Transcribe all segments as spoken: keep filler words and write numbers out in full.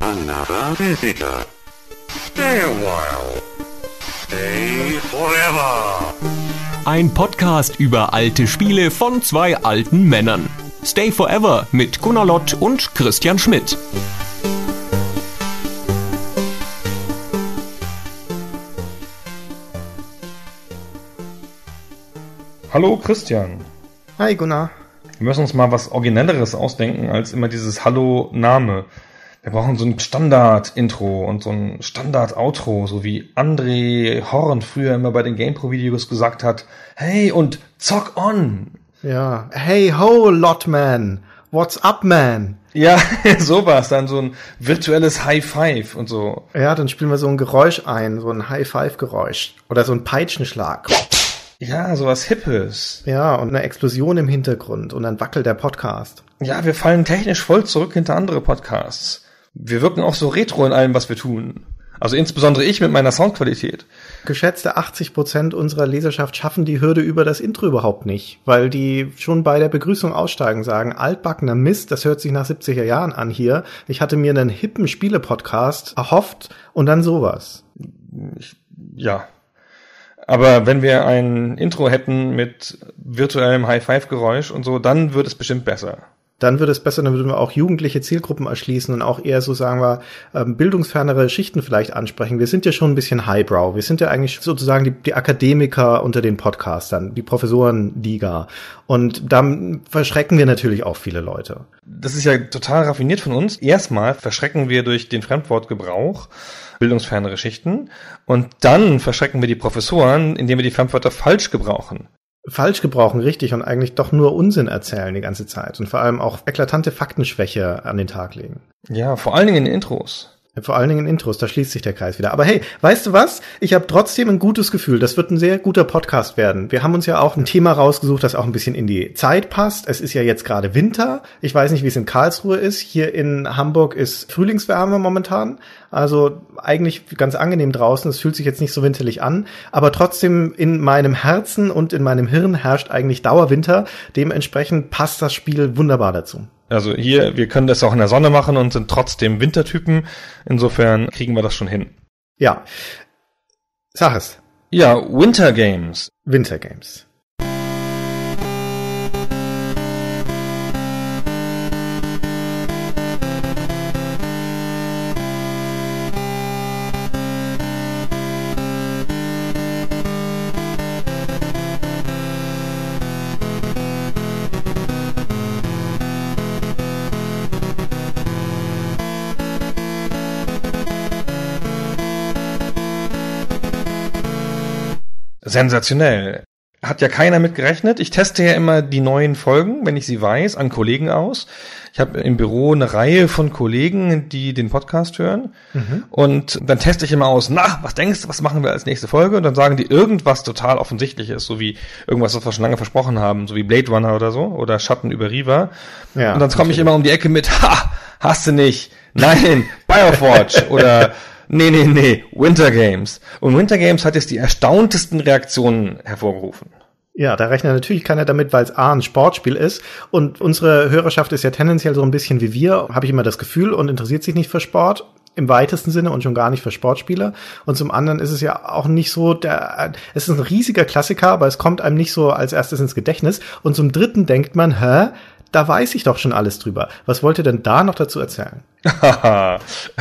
Another visitor. Stay a while. Stay forever. Ein Podcast über alte Spiele von zwei alten Männern. Stay Forever mit Gunnar Lott und Christian Schmidt. Hallo Christian. Hi Gunnar. Wir müssen uns mal was Originelleres ausdenken als immer dieses Hallo-Name. Wir brauchen so ein Standard-Intro und so ein Standard-Outro, so wie André Horn früher immer bei den GamePro-Videos gesagt hat, hey und zock on. Ja, hey ho Lotman, what's up man? Ja, sowas, dann so ein virtuelles High-Five und so. Ja, dann spielen wir so ein Geräusch ein, so ein High-Five-Geräusch oder so ein Peitschenschlag. Ja, sowas Hippes. Ja, und eine Explosion im Hintergrund und dann wackelt der Podcast. Ja, wir fallen technisch voll zurück hinter andere Podcasts. Wir wirken auch so retro in allem, was wir tun. Also insbesondere ich mit meiner Soundqualität. Geschätzte achtzig Prozent unserer Leserschaft schaffen die Hürde über das Intro überhaupt nicht, weil die schon bei der Begrüßung aussteigen, sagen, altbackener Mist, das hört sich nach siebziger Jahren an hier. Ich hatte mir einen hippen Spiele-Podcast erhofft und dann sowas. Ich, ja. Aber wenn wir ein Intro hätten mit virtuellem High-Five-Geräusch und so, dann wird es bestimmt besser. Dann würde es besser, dann würden wir auch jugendliche Zielgruppen erschließen und auch eher so, sagen wir, bildungsfernere Schichten vielleicht ansprechen. Wir sind ja schon ein bisschen Highbrow. Wir sind ja eigentlich sozusagen die, die Akademiker unter den Podcastern, die Professorenliga. Und dann verschrecken wir natürlich auch viele Leute. Das ist ja total raffiniert von uns. Erstmal verschrecken wir durch den Fremdwortgebrauch bildungsfernere Schichten und dann verschrecken wir die Professoren, indem wir die Fremdwörter falsch gebrauchen. Falsch gebrauchen, richtig, und eigentlich doch nur Unsinn erzählen die ganze Zeit und vor allem auch eklatante Faktenschwäche an den Tag legen. Ja, vor allen Dingen in Intros. Vor allen Dingen in Intros, da schließt sich der Kreis wieder. Aber hey, weißt du was? Ich habe trotzdem ein gutes Gefühl. Das wird ein sehr guter Podcast werden. Wir haben uns ja auch ein Thema rausgesucht, das auch ein bisschen in die Zeit passt. Es ist ja jetzt gerade Winter. Ich weiß nicht, wie es in Karlsruhe ist. Hier in Hamburg ist Frühlingswärme momentan. Also eigentlich ganz angenehm draußen. Es fühlt sich jetzt nicht so winterlich an. Aber trotzdem in meinem Herzen und in meinem Hirn herrscht eigentlich Dauerwinter. Dementsprechend passt das Spiel wunderbar dazu. Also hier, wir können das auch in der Sonne machen und sind trotzdem Wintertypen. Insofern kriegen wir das schon hin. Ja. Sag es. Ja, Winter Games. Winter Games. Sensationell. Hat ja keiner mit gerechnet. Ich teste ja immer die neuen Folgen, wenn ich sie weiß, an Kollegen aus. Ich habe im Büro eine Reihe von Kollegen, die den Podcast hören. Mhm. Und dann teste ich immer aus, na, was denkst du, was machen wir als nächste Folge? Und dann sagen die irgendwas total Offensichtliches, so wie irgendwas, was wir schon lange versprochen haben, so wie Blade Runner oder so, oder Schatten über Riva. Ja, und dann komme ich immer um die Ecke mit, ha, hast du nicht, nein, Biowatch oder Nee, nee, nee, Winter Games. Und Winter Games hat jetzt die erstauntesten Reaktionen hervorgerufen. Ja, da rechnet natürlich keiner damit, weil es A, ein Sportspiel ist und unsere Hörerschaft ist ja tendenziell so ein bisschen wie wir, habe ich immer das Gefühl, und interessiert sich nicht für Sport im weitesten Sinne und schon gar nicht für Sportspiele. Und zum anderen ist es ja auch nicht so, der, es ist ein riesiger Klassiker, aber es kommt einem nicht so als erstes ins Gedächtnis. Und zum dritten denkt man, hä? Da weiß ich doch schon alles drüber. Was wollt ihr denn da noch dazu erzählen? Da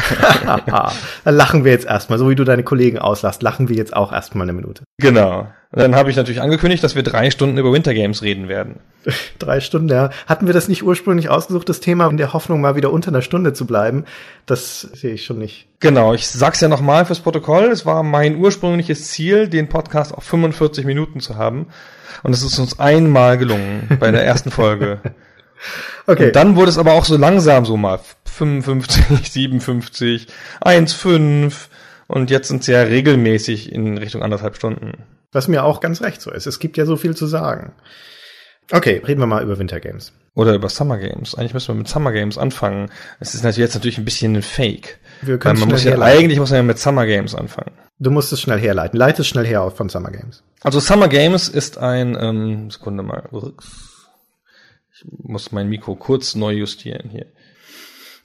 lachen wir jetzt erstmal, so wie du deine Kollegen auslachst, lachen wir jetzt auch erstmal eine Minute. Genau. Dann habe ich natürlich angekündigt, dass wir drei Stunden über Winter Games reden werden. Drei Stunden, ja. Hatten wir das nicht ursprünglich ausgesucht, das Thema, in der Hoffnung, mal wieder unter einer Stunde zu bleiben? Das sehe ich schon nicht. Genau, ich sag's ja nochmal fürs Protokoll. Es war mein ursprüngliches Ziel, den Podcast auf fünfundvierzig Minuten zu haben. Und es ist uns einmal gelungen bei der ersten Folge. Okay. Und dann wurde es aber auch so langsam so mal fünfundfünfzig, siebenundfünfzig, eins Komma fünf und jetzt sind es ja regelmäßig in Richtung anderthalb Stunden. Was mir auch ganz recht so ist. Es gibt ja so viel zu sagen. Okay, reden wir mal über Winter Games. Oder über Summer Games. Eigentlich müssen wir mit Summer Games anfangen. Es ist natürlich jetzt natürlich ein bisschen ein Fake. Wir können man muss ja eigentlich muss man ja mit Summer Games anfangen. Du musst es schnell herleiten. Leite es schnell her von Summer Games. Also Summer Games ist ein, ähm, Sekunde mal, ich muss mein Mikro kurz neu justieren hier.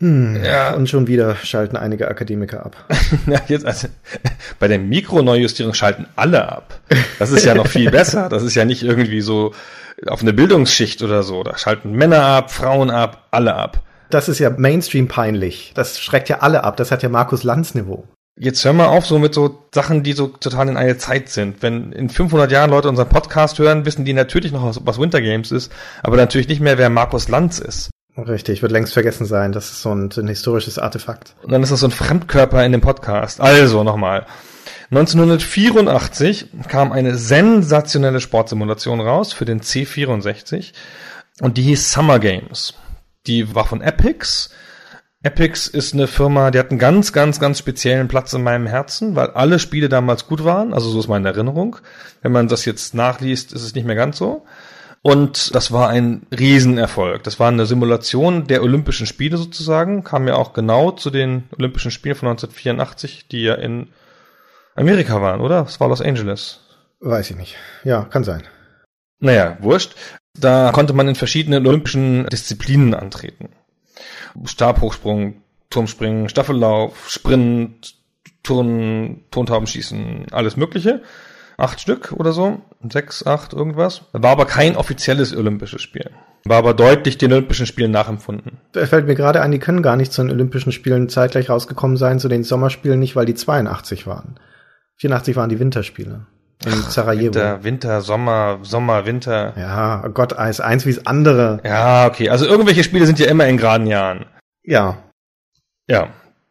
Hm, ja. Und schon wieder schalten einige Akademiker ab. Ja, jetzt also, bei der Mikroneujustierung schalten alle ab. Das ist ja noch viel besser. Das ist ja nicht irgendwie so auf eine Bildungsschicht oder so. Da schalten Männer ab, Frauen ab, alle ab. Das ist ja Mainstream peinlich. Das schreckt ja alle ab. Das hat ja Markus Lanz Niveau. Jetzt hör mal auf so mit so Sachen, die so total in eine Zeit sind. Wenn in fünfhundert Jahren Leute unseren Podcast hören, wissen die natürlich noch, was Winter Games ist, aber natürlich nicht mehr, wer Markus Lanz ist. Richtig, wird längst vergessen sein. Das ist so ein, ein historisches Artefakt. Und dann ist das so ein Fremdkörper in dem Podcast. Also nochmal. neunzehnhundertvierundachtzig kam eine sensationelle Sportsimulation raus für den C vierundsechzig und die hieß Summer Games. Die war von Epix. Epix ist eine Firma, die hat einen ganz, ganz, ganz speziellen Platz in meinem Herzen, weil alle Spiele damals gut waren. Also so ist meine Erinnerung. Wenn man das jetzt nachliest, ist es nicht mehr ganz so. Und das war ein Riesenerfolg. Das war eine Simulation der Olympischen Spiele sozusagen. Kam ja auch genau zu den Olympischen Spielen von neunzehnhundertvierundachtzig, die ja in Amerika waren, oder? Das war Los Angeles. Weiß ich nicht. Ja, kann sein. Naja, wurscht. Da konnte man in verschiedenen olympischen Disziplinen antreten. Stabhochsprung, Turmspringen, Staffellauf, Sprint, Turnen, Tontaubenschießen, alles Mögliche. Acht Stück oder so. Sechs, acht, irgendwas. War aber kein offizielles olympisches Spiel. War aber deutlich den Olympischen Spielen nachempfunden. Da fällt mir gerade ein, die können gar nicht zu den Olympischen Spielen zeitgleich rausgekommen sein, zu den Sommerspielen nicht, weil die zweiundachtzig waren. vierundachtzig waren die Winterspiele. In Ach, Sarajevo. Winter, Winter, Sommer, Sommer, Winter. Ja, Gott, eins, eins wie das andere. Ja, okay. Also irgendwelche Spiele sind ja immer in geraden Jahren. Ja. Ja.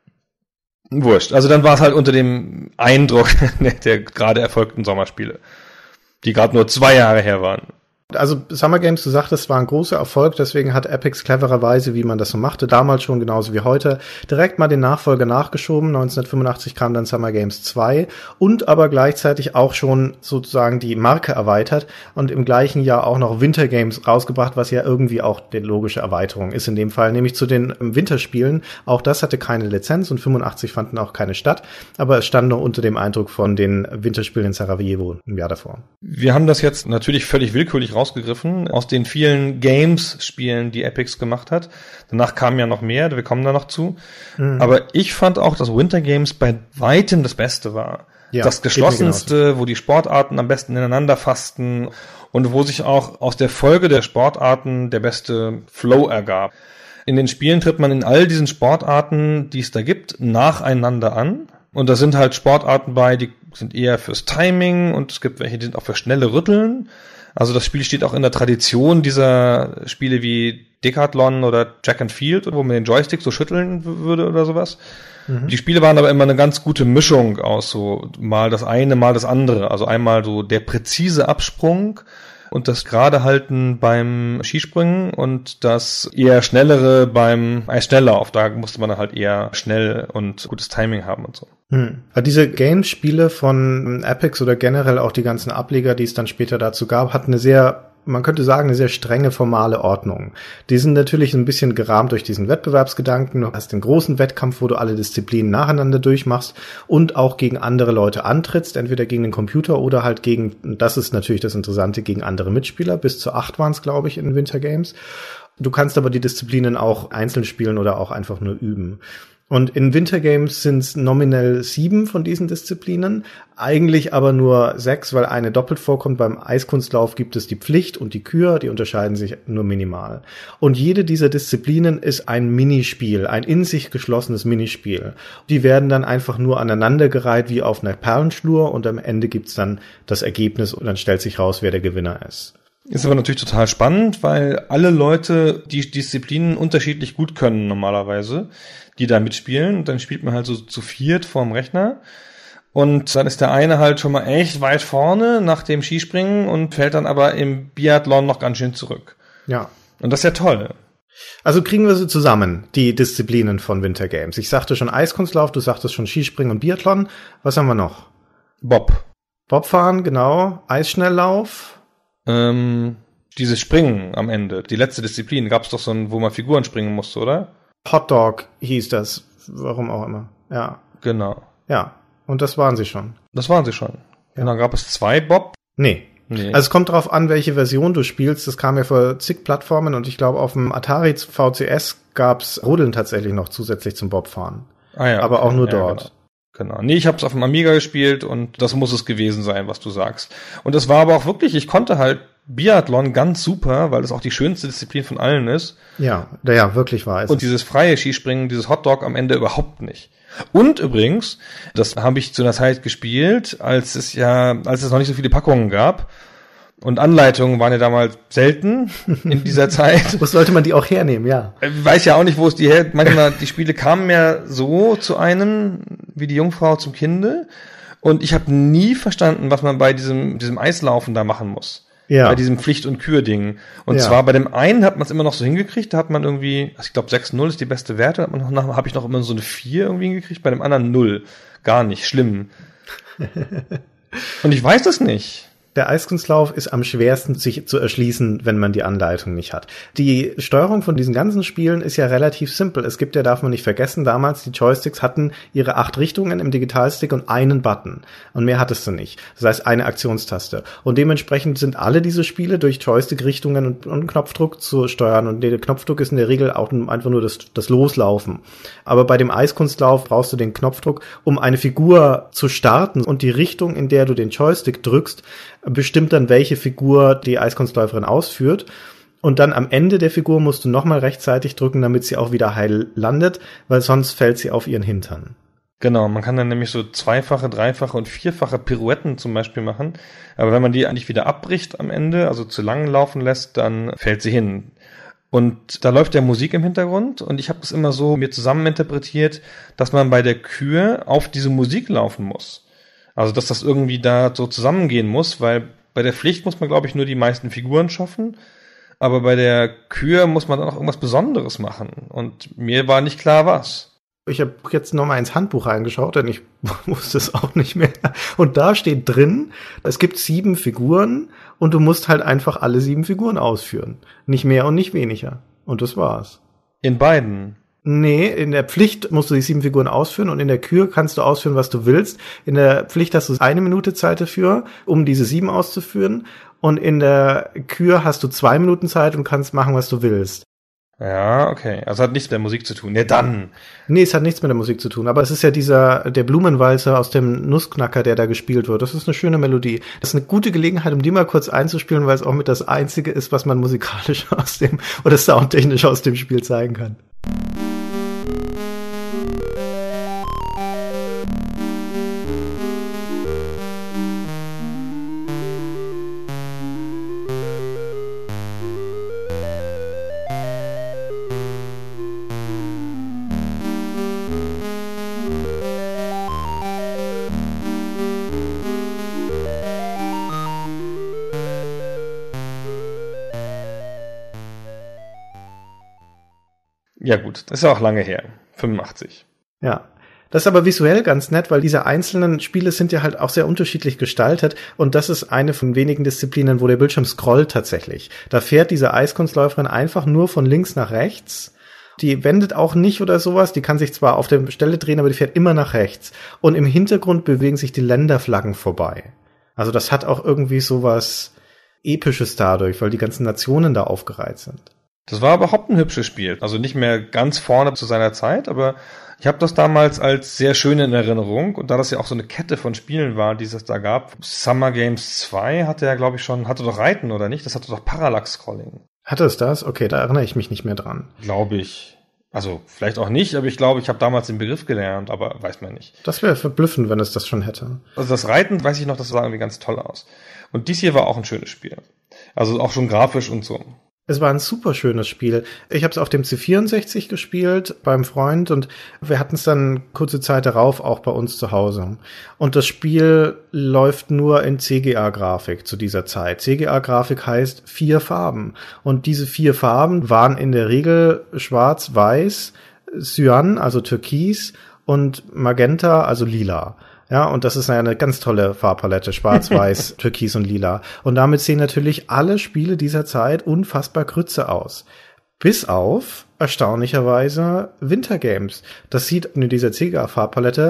Wurscht. Also dann war es halt unter dem Eindruck der gerade erfolgten Sommerspiele, die gerade nur zwei Jahre her waren. Also Summer Games, du sagtest, war ein großer Erfolg, deswegen hat Epix clevererweise, wie man das so machte, damals schon genauso wie heute, direkt mal den Nachfolger nachgeschoben. neunzehnhundertfünfundachtzig kam dann Summer Games zwei und aber gleichzeitig auch schon sozusagen die Marke erweitert und im gleichen Jahr auch noch Winter Games rausgebracht, was ja irgendwie auch die logische Erweiterung ist in dem Fall, nämlich zu den Winterspielen. Auch das hatte keine Lizenz und fünfundachtzig fanden auch keine statt, aber es stand noch unter dem Eindruck von den Winterspielen in Sarajevo im Jahr davor. Wir haben das jetzt natürlich völlig willkürlich rausgegriffen aus den vielen Games-Spielen, die Epix gemacht hat. Danach kamen ja noch mehr, wir kommen da noch zu. Mhm. Aber ich fand auch, dass Winter Games bei weitem das Beste war. Ja, das geschlossenste, wo die Sportarten am besten ineinander fassten und wo sich auch aus der Folge der Sportarten der beste Flow ergab. In den Spielen tritt man in all diesen Sportarten, die es da gibt, nacheinander an. Und da sind halt Sportarten bei, die sind eher fürs Timing und es gibt welche, die sind auch für schnelle Rütteln. Also das Spiel steht auch in der Tradition dieser Spiele wie Decathlon oder Track and Field, wo man den Joystick so schütteln würde oder sowas. Mhm. Die Spiele waren aber immer eine ganz gute Mischung aus so mal das eine, mal das andere. Also einmal so der präzise Absprung und das gerade halten beim Skispringen und das eher schnellere beim Eisschnelllauf. Da musste man halt eher schnell und gutes Timing haben und so. Hm. Diese Gamespiele von Epix oder generell auch die ganzen Ableger, die es dann später dazu gab, hatten eine sehr, man könnte sagen, eine sehr strenge formale Ordnung. Die sind natürlich ein bisschen gerahmt durch diesen Wettbewerbsgedanken. Du hast den großen Wettkampf, wo du alle Disziplinen nacheinander durchmachst und auch gegen andere Leute antrittst, entweder gegen den Computer oder halt gegen, das ist natürlich das Interessante, gegen andere Mitspieler. Bis zu acht waren es, glaube ich, in Winter Games. Du kannst aber die Disziplinen auch einzeln spielen oder auch einfach nur üben. Und in Winter Games sind es nominell sieben von diesen Disziplinen, eigentlich aber nur sechs, weil eine doppelt vorkommt. Beim Eiskunstlauf gibt es die Pflicht und die Kür, die unterscheiden sich nur minimal. Und jede dieser Disziplinen ist ein Minispiel, ein in sich geschlossenes Minispiel. Die werden dann einfach nur aneinandergereiht wie auf einer Perlenschnur und am Ende gibt's dann das Ergebnis und dann stellt sich raus, wer der Gewinner ist. Ist aber natürlich total spannend, weil alle Leute die Disziplinen unterschiedlich gut können normalerweise, die da mitspielen. Und dann spielt man halt so zu viert vorm Rechner. Und dann ist der eine halt schon mal echt weit vorne nach dem Skispringen und fällt dann aber im Biathlon noch ganz schön zurück. Ja. Und das ist ja toll. Also kriegen wir sie zusammen, die Disziplinen von Winter Games. Ich sagte schon Eiskunstlauf, du sagtest schon Skispringen und Biathlon. Was haben wir noch? Bob. Bobfahren, genau. Eisschnelllauf. Ähm, dieses Springen am Ende, die letzte Disziplin, gab es doch so ein, wo man Figuren springen musste, oder? Hotdog hieß das, warum auch immer, ja. Genau. Ja, und das waren sie schon. Das waren sie schon. Ja. Und dann gab es zwei Bob. Nee, Nee. Also es kommt drauf an, welche Version du spielst. Das kam ja für zig Plattformen und ich glaube, auf dem Atari V C S gab's Rodeln tatsächlich noch zusätzlich zum Bobfahren. Ah ja, aber okay. auch nur Ja, dort. Genau. genau. Nee, ich habe es auf dem Amiga gespielt und das muss es gewesen sein, was du sagst. Und es war aber auch wirklich, ich konnte halt Biathlon ganz super, weil das auch die schönste Disziplin von allen ist. Ja, ja, wirklich war es. Und dieses freie Skispringen, dieses Hotdog am Ende überhaupt nicht. Und übrigens, das habe ich zu einer Zeit gespielt, als es ja, als es noch nicht so viele Packungen gab. Und Anleitungen waren ja damals selten in dieser Zeit. Wo sollte man die auch hernehmen, ja. Ich weiß ja auch nicht, wo es die her, manchmal, die Spiele kamen ja so zu einem, wie die Jungfrau zum Kinde. Und ich habe nie verstanden, was man bei diesem, diesem Eislaufen da machen muss. Ja. Bei diesem Pflicht- und Kür-Ding. Und Ja. zwar bei dem einen hat man es immer noch so hingekriegt, da hat man irgendwie, also ich glaube sechs null ist die beste Werte, hat man noch, habe ich noch immer so eine vier irgendwie hingekriegt, bei dem anderen null. Gar nicht, schlimm. Und ich weiß das nicht. Der Eiskunstlauf ist am schwersten sich zu erschließen, wenn man die Anleitung nicht hat. Die Steuerung von diesen ganzen Spielen ist ja relativ simpel. Es gibt ja, darf man nicht vergessen, damals die Joysticks hatten ihre acht Richtungen im Digitalstick und einen Button. Und mehr hattest du nicht. Das heißt, eine Aktionstaste. Und dementsprechend sind alle diese Spiele durch Joystick-Richtungen und, und Knopfdruck zu steuern. Und der Knopfdruck ist in der Regel auch einfach nur das, das Loslaufen. Aber bei dem Eiskunstlauf brauchst du den Knopfdruck, um eine Figur zu starten. Und die Richtung, in der du den Joystick drückst, bestimmt dann, welche Figur die Eiskunstläuferin ausführt. Und dann am Ende der Figur musst du nochmal rechtzeitig drücken, damit sie auch wieder heil landet, weil sonst fällt sie auf ihren Hintern. Genau, man kann dann nämlich so zweifache, dreifache und vierfache Pirouetten zum Beispiel machen. Aber wenn man die eigentlich wieder abbricht am Ende, also zu lang laufen lässt, dann fällt sie hin. Und da läuft ja Musik im Hintergrund und ich habe das immer so mir zusammen interpretiert, dass man bei der Kür auf diese Musik laufen muss. Also, dass das irgendwie da so zusammengehen muss, weil bei der Pflicht muss man, glaube ich, nur die meisten Figuren schaffen. Aber bei der Kür muss man dann auch irgendwas Besonderes machen. Und mir war nicht klar, was. Ich habe jetzt noch mal ins Handbuch reingeschaut, denn ich wusste es auch nicht mehr. Und da steht drin, es gibt sieben Figuren und du musst halt einfach alle sieben Figuren ausführen. Nicht mehr und nicht weniger. Und das war's. In beiden? Nee, in der Pflicht musst du die sieben Figuren ausführen und in der Kür kannst du ausführen, was du willst. In der Pflicht hast du eine Minute Zeit dafür, um diese sieben auszuführen. Und in der Kür hast du zwei Minuten Zeit und kannst machen, was du willst. Ja, okay. Also hat nichts mit der Musik zu tun. Ja, dann. Nee, es hat nichts mit der Musik zu tun. Aber es ist ja dieser, der Blumenwalzer aus dem Nussknacker, der da gespielt wird. Das ist eine schöne Melodie. Das ist eine gute Gelegenheit, um die mal kurz einzuspielen, weil es auch mit das Einzige ist, was man musikalisch aus dem, oder soundtechnisch aus dem Spiel zeigen kann. Ja gut, das ist ja auch lange her. fünfundachtzig. Ja. Das ist aber visuell ganz nett, weil diese einzelnen Spiele sind ja halt auch sehr unterschiedlich gestaltet und das ist eine von wenigen Disziplinen, wo der Bildschirm scrollt tatsächlich. Da fährt diese Eiskunstläuferin einfach nur von links nach rechts. Die wendet auch nicht oder sowas, die kann sich zwar auf der Stelle drehen, aber die fährt immer nach rechts. Und im Hintergrund bewegen sich die Länderflaggen vorbei. Also das hat auch irgendwie sowas Episches dadurch, weil die ganzen Nationen da aufgereiht sind. Das war überhaupt ein hübsches Spiel. Also nicht mehr ganz vorne zu seiner Zeit, aber ich habe das damals als sehr schön in Erinnerung. Und da das ja auch so eine Kette von Spielen war, die es da gab, Summer Games zwei hatte ja, glaube ich, schon, hatte doch Reiten, oder nicht? Das hatte doch Parallax-Scrolling. Hatte es das? Okay, da erinnere ich mich nicht mehr dran. Glaube ich. Also vielleicht auch nicht, aber ich glaube, ich habe damals den Begriff gelernt, aber weiß man nicht. Das wäre verblüffend, wenn es das schon hätte. Also das Reiten, weiß ich noch, das sah irgendwie ganz toll aus. Und dies hier war auch ein schönes Spiel. Also auch schon grafisch und so. Es war ein super schönes Spiel. Ich habe es auf dem C vierundsechzig gespielt beim Freund und wir hatten es dann kurze Zeit darauf auch bei uns zu Hause. Und das Spiel läuft nur in C G A-Grafik zu dieser Zeit. C G A-Grafik heißt vier Farben. Und diese vier Farben waren in der Regel schwarz, weiß, Cyan, also Türkis und Magenta, also lila. Ja, und das ist eine ganz tolle Farbpalette, schwarz, weiß, türkis und lila. Und damit sehen natürlich alle Spiele dieser Zeit unfassbar Grütze aus. Bis auf, erstaunlicherweise, Wintergames. Das sieht in dieser C G A-Farbpalette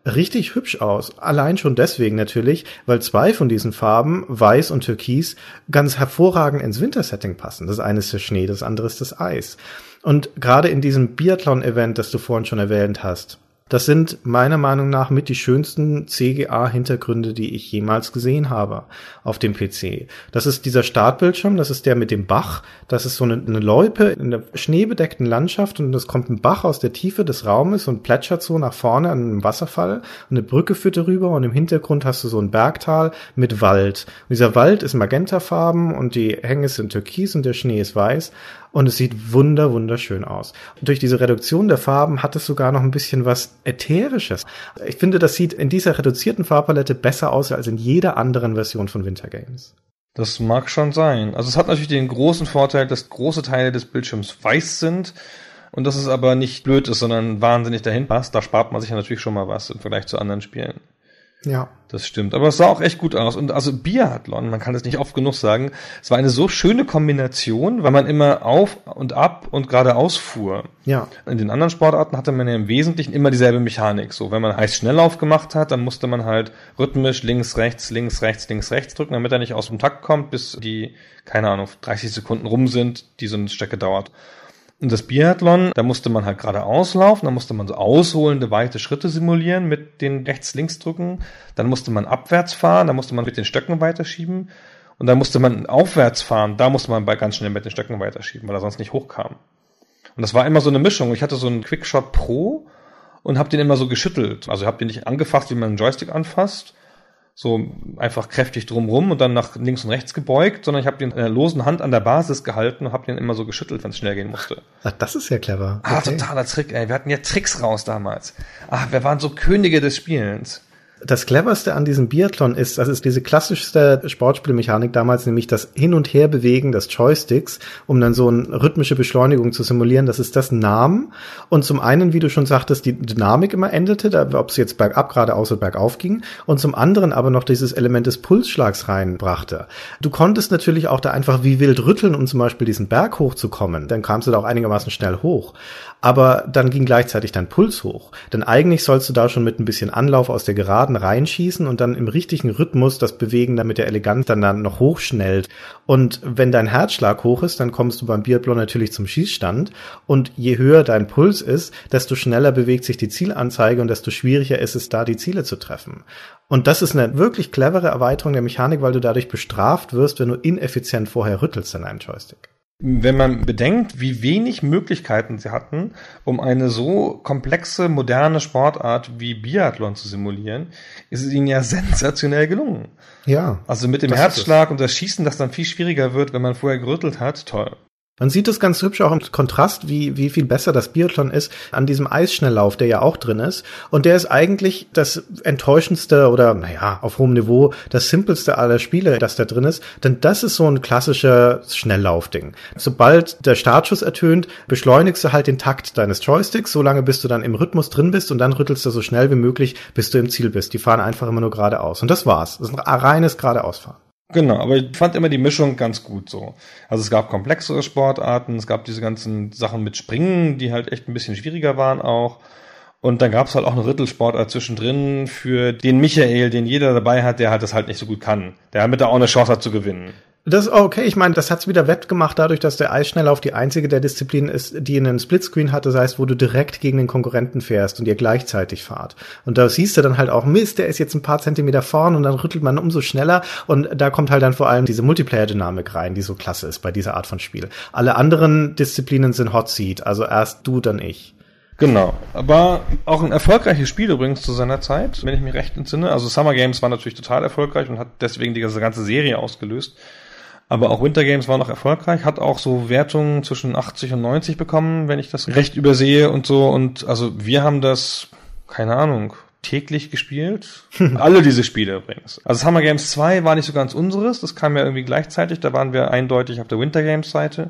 richtig hübsch aus. Allein schon deswegen natürlich, weil zwei von diesen Farben, Weiß und Türkis, ganz hervorragend ins Wintersetting passen. Das eine ist der Schnee, das andere ist das Eis. Und gerade in diesem Biathlon-Event, das du vorhin schon erwähnt hast, das sind meiner Meinung nach mit die schönsten C G A-Hintergründe, die ich jemals gesehen habe auf dem P C. Das ist dieser Startbildschirm, das ist der mit dem Bach. Das ist so eine, eine Loipe in einer schneebedeckten Landschaft und es kommt ein Bach aus der Tiefe des Raumes und plätschert so nach vorne an einem Wasserfall. Und eine Brücke führt darüber und im Hintergrund hast du so ein Bergtal mit Wald. Und dieser Wald ist magentafarben und die Hänge sind türkis und der Schnee ist weiß. Und es sieht wunder, wunderschön aus. Und durch diese Reduktion der Farben hat es sogar noch ein bisschen was Ätherisches. Ich finde, das sieht in dieser reduzierten Farbpalette besser aus als in jeder anderen Version von Winter Games. Das mag schon sein. Also es hat natürlich den großen Vorteil, dass große Teile des Bildschirms weiß sind und dass es aber nicht blöd ist, sondern wahnsinnig dahin passt. Da spart man sich ja natürlich schon mal was im Vergleich zu anderen Spielen. Ja. Das stimmt. Aber es sah auch echt gut aus. Und also Biathlon, man kann es nicht oft genug sagen, es war eine so schöne Kombination, weil man immer auf und ab und geradeaus fuhr. Ja. In den anderen Sportarten hatte man ja im Wesentlichen immer dieselbe Mechanik. So, wenn man Eisschnelllauf gemacht hat, dann musste man halt rhythmisch links, rechts, links, rechts, links, rechts drücken, damit er nicht aus dem Takt kommt, bis die, keine Ahnung, dreißig Sekunden rum sind, die so eine Strecke dauert. Und das Biathlon, da musste man halt geradeaus laufen, da musste man so ausholende, weite Schritte simulieren mit den Rechts-Links-Drücken. Dann musste man abwärts fahren, da musste man mit den Stöcken weiterschieben. Und dann musste man aufwärts fahren, da musste man ganz schnell mit den Stöcken weiterschieben, weil er sonst nicht hochkam. Und das war immer so eine Mischung. Ich hatte so einen Quickshot Pro und habe den immer so geschüttelt. Also ich habe den nicht angefasst, wie man einen Joystick anfasst, so einfach kräftig drumrum und dann nach links und rechts gebeugt, sondern ich habe den in der losen Hand an der Basis gehalten und habe den immer so geschüttelt, wenn es schnell gehen musste. Ach, das ist ja clever. Ah, okay. Totaler Trick, ey. Wir hatten ja Tricks raus damals. Ach, wir waren so Könige des Spielens. Das Cleverste an diesem Biathlon ist, das ist diese klassischste Sportspielmechanik damals, nämlich das Hin- und Herbewegen des Joysticks, um dann so eine rhythmische Beschleunigung zu simulieren, dass es das nahm und zum einen, wie du schon sagtest, die Dynamik immer änderte, ob es jetzt bergab, geradeaus oder bergauf ging, und zum anderen aber noch dieses Element des Pulsschlags reinbrachte. Du konntest natürlich auch da einfach wie wild rütteln, um zum Beispiel diesen Berg hochzukommen, dann kamst du da auch einigermaßen schnell hoch. Aber dann ging gleichzeitig dein Puls hoch. Denn eigentlich sollst du da schon mit ein bisschen Anlauf aus der Geraden reinschießen und dann im richtigen Rhythmus das bewegen, damit der elegant dann, dann noch hochschnellt. Und wenn dein Herzschlag hoch ist, dann kommst du beim Biathlon natürlich zum Schießstand. Und je höher dein Puls ist, desto schneller bewegt sich die Zielanzeige und desto schwieriger ist es, da die Ziele zu treffen. Und das ist eine wirklich clevere Erweiterung der Mechanik, weil du dadurch bestraft wirst, wenn du ineffizient vorher rüttelst an einem Joystick. Wenn man bedenkt, wie wenig Möglichkeiten sie hatten, um eine so komplexe, moderne Sportart wie Biathlon zu simulieren, ist es ihnen ja sensationell gelungen. Ja. Also mit dem Herzschlag und das Schießen, das dann viel schwieriger wird, wenn man vorher gerüttelt hat, toll. Man sieht es ganz hübsch auch im Kontrast, wie wie viel besser das Biathlon ist an diesem Eisschnelllauf, der ja auch drin ist. Und der ist eigentlich das enttäuschendste oder, naja, auf hohem Niveau das simpelste aller Spiele, das da drin ist. Denn das ist so ein klassischer Schnelllaufding. Sobald der Startschuss ertönt, beschleunigst du halt den Takt deines Joysticks, solange bis du dann im Rhythmus drin bist und dann rüttelst du so schnell wie möglich, bis du im Ziel bist. Die fahren einfach immer nur geradeaus. Und das war's. Das ist ein reines Geradeausfahren. Genau, aber ich fand immer die Mischung ganz gut so. Also es gab komplexere Sportarten, es gab diese ganzen Sachen mit Springen, die halt echt ein bisschen schwieriger waren auch. Und dann gab es halt auch eine Rittelsportart zwischendrin für den Michael, den jeder dabei hat, der halt das halt nicht so gut kann. Der damit da auch eine Chance hat zu gewinnen. Das ist okay. Ich meine, das hat's wieder wettgemacht dadurch, dass der Eisschnelllauf die einzige der Disziplinen ist, die einen Splitscreen hat. Das heißt, wo du direkt gegen den Konkurrenten fährst und ihr gleichzeitig fahrt. Und da siehst du dann halt auch, Mist, der ist jetzt ein paar Zentimeter vorn und dann rüttelt man umso schneller. Und da kommt halt dann vor allem diese Multiplayer-Dynamik rein, die so klasse ist bei dieser Art von Spiel. Alle anderen Disziplinen sind Hot Seat. Also erst du, dann ich. Genau, aber auch ein erfolgreiches Spiel übrigens zu seiner Zeit, wenn ich mich recht entsinne. Also Summer Games war natürlich total erfolgreich und hat deswegen die ganze Serie ausgelöst. Aber auch Winter Games war noch erfolgreich, hat auch so Wertungen zwischen achtzig und neunzig bekommen, wenn ich das recht übersehe und so. Und also wir haben das, keine Ahnung, täglich gespielt. Alle diese Spiele übrigens. Also Summer Games zwei war nicht so ganz unseres, das kam ja irgendwie gleichzeitig, da waren wir eindeutig auf der Winter Games Seite.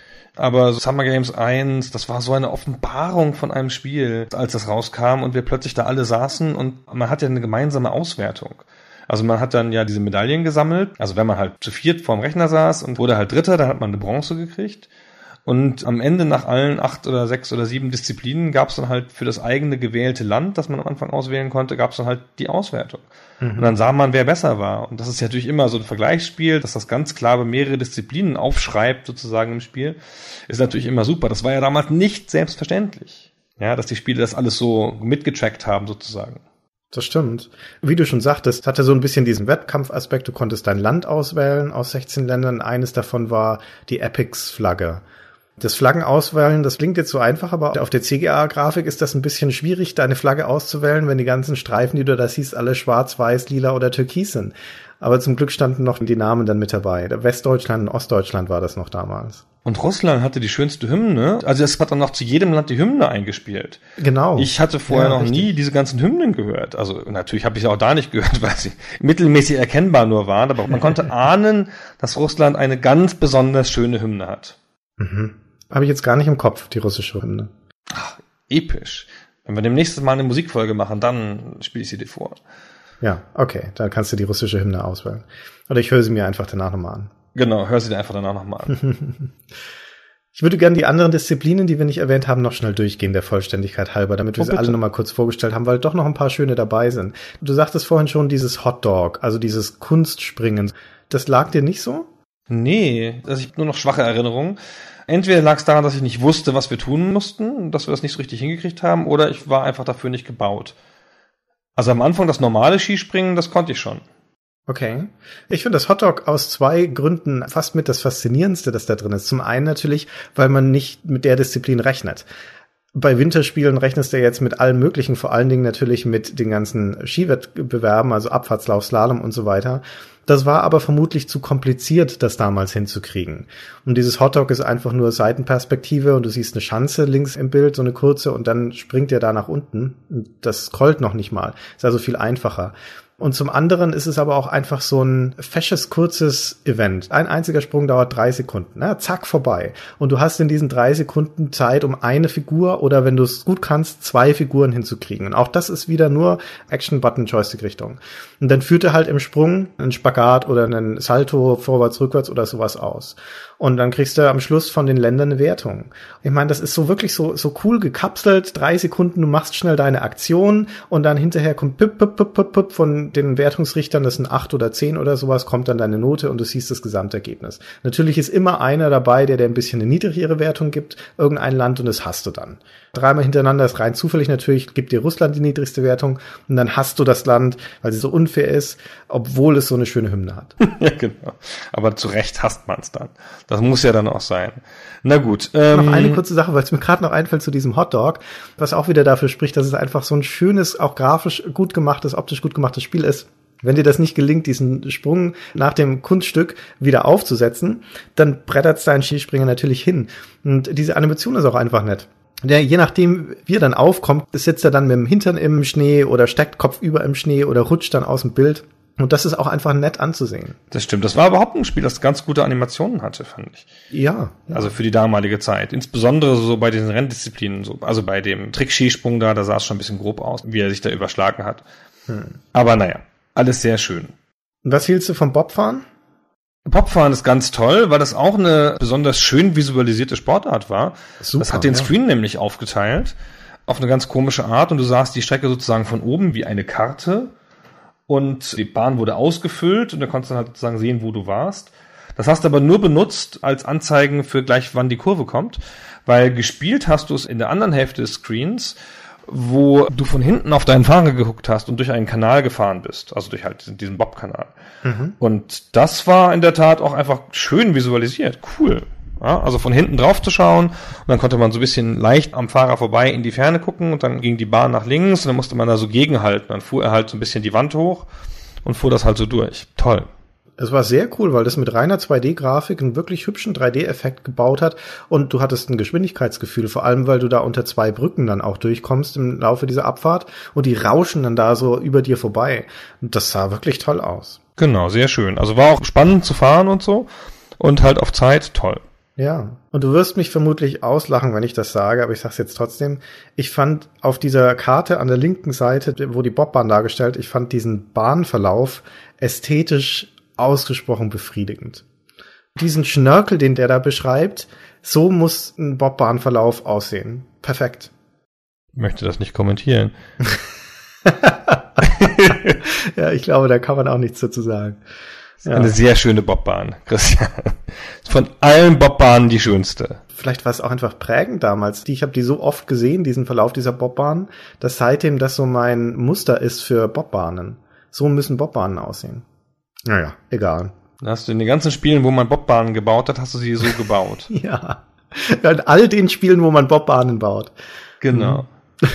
Aber Summer Games eins, das war so eine Offenbarung von einem Spiel, als das rauskam und wir plötzlich da alle saßen und man hat ja eine gemeinsame Auswertung. Also man hat dann ja diese Medaillen gesammelt. Also wenn man halt zu viert vorm Rechner saß und wurde halt Dritter, dann hat man eine Bronze gekriegt. Und am Ende nach allen acht oder sechs oder sieben Disziplinen gab es dann halt für das eigene gewählte Land, das man am Anfang auswählen konnte, gab es dann halt die Auswertung. Mhm. Und dann sah man, wer besser war. Und das ist ja natürlich immer so ein Vergleichsspiel, dass das ganz klar mehrere Disziplinen aufschreibt sozusagen im Spiel, ist natürlich immer super. Das war ja damals nicht selbstverständlich, ja, dass die Spiele das alles so mitgetrackt haben sozusagen. Das stimmt. Wie du schon sagtest, hatte so ein bisschen diesen Wettkampfaspekt. Du konntest dein Land auswählen aus sechzehn Ländern. Eines davon war die Epix-Flagge. Das Flaggen auswählen, das klingt jetzt so einfach, aber auf der C G A-Grafik ist das ein bisschen schwierig, deine Flagge auszuwählen, wenn die ganzen Streifen, die du da siehst, alle schwarz, weiß, lila oder türkis sind. Aber zum Glück standen noch die Namen dann mit dabei. Westdeutschland und Ostdeutschland war das noch damals. Und Russland hatte die schönste Hymne. Also es hat dann noch zu jedem Land die Hymne eingespielt. Genau. Ich hatte vorher ja, noch richtig. nie diese ganzen Hymnen gehört. Also natürlich habe ich sie auch da nicht gehört, weil sie mittelmäßig erkennbar nur waren. Aber man konnte ahnen, dass Russland eine ganz besonders schöne Hymne hat. Mhm. Habe ich jetzt gar nicht im Kopf, die russische Hymne. Ach, episch. Wenn wir demnächst mal eine Musikfolge machen, dann spiele ich sie dir vor. Ja, okay. Dann kannst du die russische Hymne auswählen. Oder ich höre sie mir einfach danach nochmal an. Genau, hör sie dir einfach danach nochmal an. Ich würde gerne die anderen Disziplinen, die wir nicht erwähnt haben, noch schnell durchgehen, der Vollständigkeit halber, damit wir oh, sie alle nochmal kurz vorgestellt haben, weil doch noch ein paar schöne dabei sind. Du sagtest vorhin schon dieses Hotdog, also dieses Kunstspringen. Das lag dir nicht so? Nee, also ich habe nur noch schwache Erinnerungen. Entweder lag es daran, dass ich nicht wusste, was wir tun mussten, dass wir das nicht so richtig hingekriegt haben, oder ich war einfach dafür nicht gebaut. Also am Anfang das normale Skispringen, das konnte ich schon. Okay. Ich finde das Hotdog aus zwei Gründen fast mit das Faszinierendste, das da drin ist. Zum einen natürlich, weil man nicht mit der Disziplin rechnet. Bei Winterspielen rechnest du jetzt mit allem Möglichen, vor allen Dingen natürlich mit den ganzen Skiwettbewerben, also Abfahrtslauf, Slalom und so weiter. Das war aber vermutlich zu kompliziert, das damals hinzukriegen. Und dieses Hotdog ist einfach nur Seitenperspektive und du siehst eine Schanze links im Bild, so eine kurze, und dann springt der da nach unten. Das scrollt noch nicht mal. Ist also viel einfacher. Und zum anderen ist es aber auch einfach so ein fesches, kurzes Event. Ein einziger Sprung dauert drei Sekunden. Na, zack, vorbei. Und du hast in diesen drei Sekunden Zeit, um eine Figur oder, wenn du es gut kannst, zwei Figuren hinzukriegen. Und auch das ist wieder nur Action-Button-Joystick-Richtung. Und dann führt er halt im Sprung einen Spagat oder einen Salto vorwärts, rückwärts oder sowas aus. Und dann kriegst du am Schluss von den Ländern eine Wertung. Ich meine, das ist so wirklich so so cool gekapselt. Drei Sekunden, du machst schnell deine Aktion und dann hinterher kommt pip, pip, pip, pip, pip von den Wertungsrichtern, das sind acht oder zehn oder sowas, kommt dann deine Note und du siehst das Gesamtergebnis. Natürlich ist immer einer dabei, der dir ein bisschen eine niedrigere Wertung gibt, irgendein Land, und das hast du dann. Dreimal hintereinander ist rein zufällig natürlich, gibt dir Russland die niedrigste Wertung und dann hast du das Land, weil sie so unfair ist, obwohl es so eine schöne Hymne hat. Ja, genau. Aber zu Recht hasst man es dann. Das muss ja dann auch sein. Na gut. Ähm, noch eine kurze Sache, weil es mir gerade noch einfällt zu diesem Hotdog, was auch wieder dafür spricht, dass es einfach so ein schönes, auch grafisch gut gemachtes, optisch gut gemachtes Spiel ist. Wenn dir das nicht gelingt, diesen Sprung nach dem Kunststück wieder aufzusetzen, dann brettert dein Skispringer natürlich hin. Und diese Animation ist auch einfach nett. Der, je nachdem, wie er dann aufkommt, sitzt er dann mit dem Hintern im Schnee oder steckt kopfüber im Schnee oder rutscht dann aus dem Bild. Und das ist auch einfach nett anzusehen. Das stimmt. Das war überhaupt ein Spiel, das ganz gute Animationen hatte, fand ich. Ja. ja. Also für die damalige Zeit. Insbesondere so bei diesen Renndisziplinen, so, also bei dem Trickskisprung da, da sah es schon ein bisschen grob aus, wie er sich da überschlagen hat. Hm. Aber naja, alles sehr schön. Und was hieltst du vom Bobfahren? Bobfahren ist ganz toll, weil das auch eine besonders schön visualisierte Sportart war. Super, das hat den ja. Screen nämlich aufgeteilt auf eine ganz komische Art und du sahst die Strecke sozusagen von oben wie eine Karte und die Bahn wurde ausgefüllt und da konntest du halt sozusagen sehen, wo du warst. Das hast du aber nur benutzt als Anzeigen für gleich, wann die Kurve kommt, weil gespielt hast du es in der anderen Hälfte des Screens, wo du von hinten auf deinen Fahrer geguckt hast und durch einen Kanal gefahren bist, also durch halt diesen Bob-Kanal. Mhm. Und das war in der Tat auch einfach schön visualisiert, cool. Ja, also von hinten drauf zu schauen und dann konnte man so ein bisschen leicht am Fahrer vorbei in die Ferne gucken und dann ging die Bahn nach links und dann musste man da so gegenhalten. Dann fuhr er halt so ein bisschen die Wand hoch und fuhr das halt so durch. Toll. Es war sehr cool, weil das mit reiner zwei D-Grafik einen wirklich hübschen drei D-Effekt gebaut hat und du hattest ein Geschwindigkeitsgefühl, vor allem, weil du da unter zwei Brücken dann auch durchkommst im Laufe dieser Abfahrt und die rauschen dann da so über dir vorbei. Und das sah wirklich toll aus. Genau, sehr schön. Also war auch spannend zu fahren und so und halt auf Zeit toll. Ja, und du wirst mich vermutlich auslachen, wenn ich das sage, aber ich sag's jetzt trotzdem. Ich fand auf dieser Karte an der linken Seite, wo die Bobbahn dargestellt, ich fand diesen Bahnverlauf ästhetisch ausgesprochen befriedigend. Diesen Schnörkel, den der da beschreibt, So muss ein Bobbahnverlauf aussehen. Perfekt. Ich möchte das nicht kommentieren. Ja, ich glaube, da kann man auch nichts dazu sagen. Das ist ja eine sehr schöne Bobbahn, Christian. Von allen Bobbahnen die schönste. Vielleicht war es auch einfach prägend damals. Ich habe die so oft gesehen, diesen Verlauf dieser Bobbahn, dass seitdem das so mein Muster ist für Bobbahnen. So müssen Bobbahnen aussehen. Naja, egal. Da hast du in den ganzen Spielen, wo man Bobbahnen gebaut hat, hast du sie so gebaut. Ja. Ja, in all den Spielen, wo man Bobbahnen baut. Genau.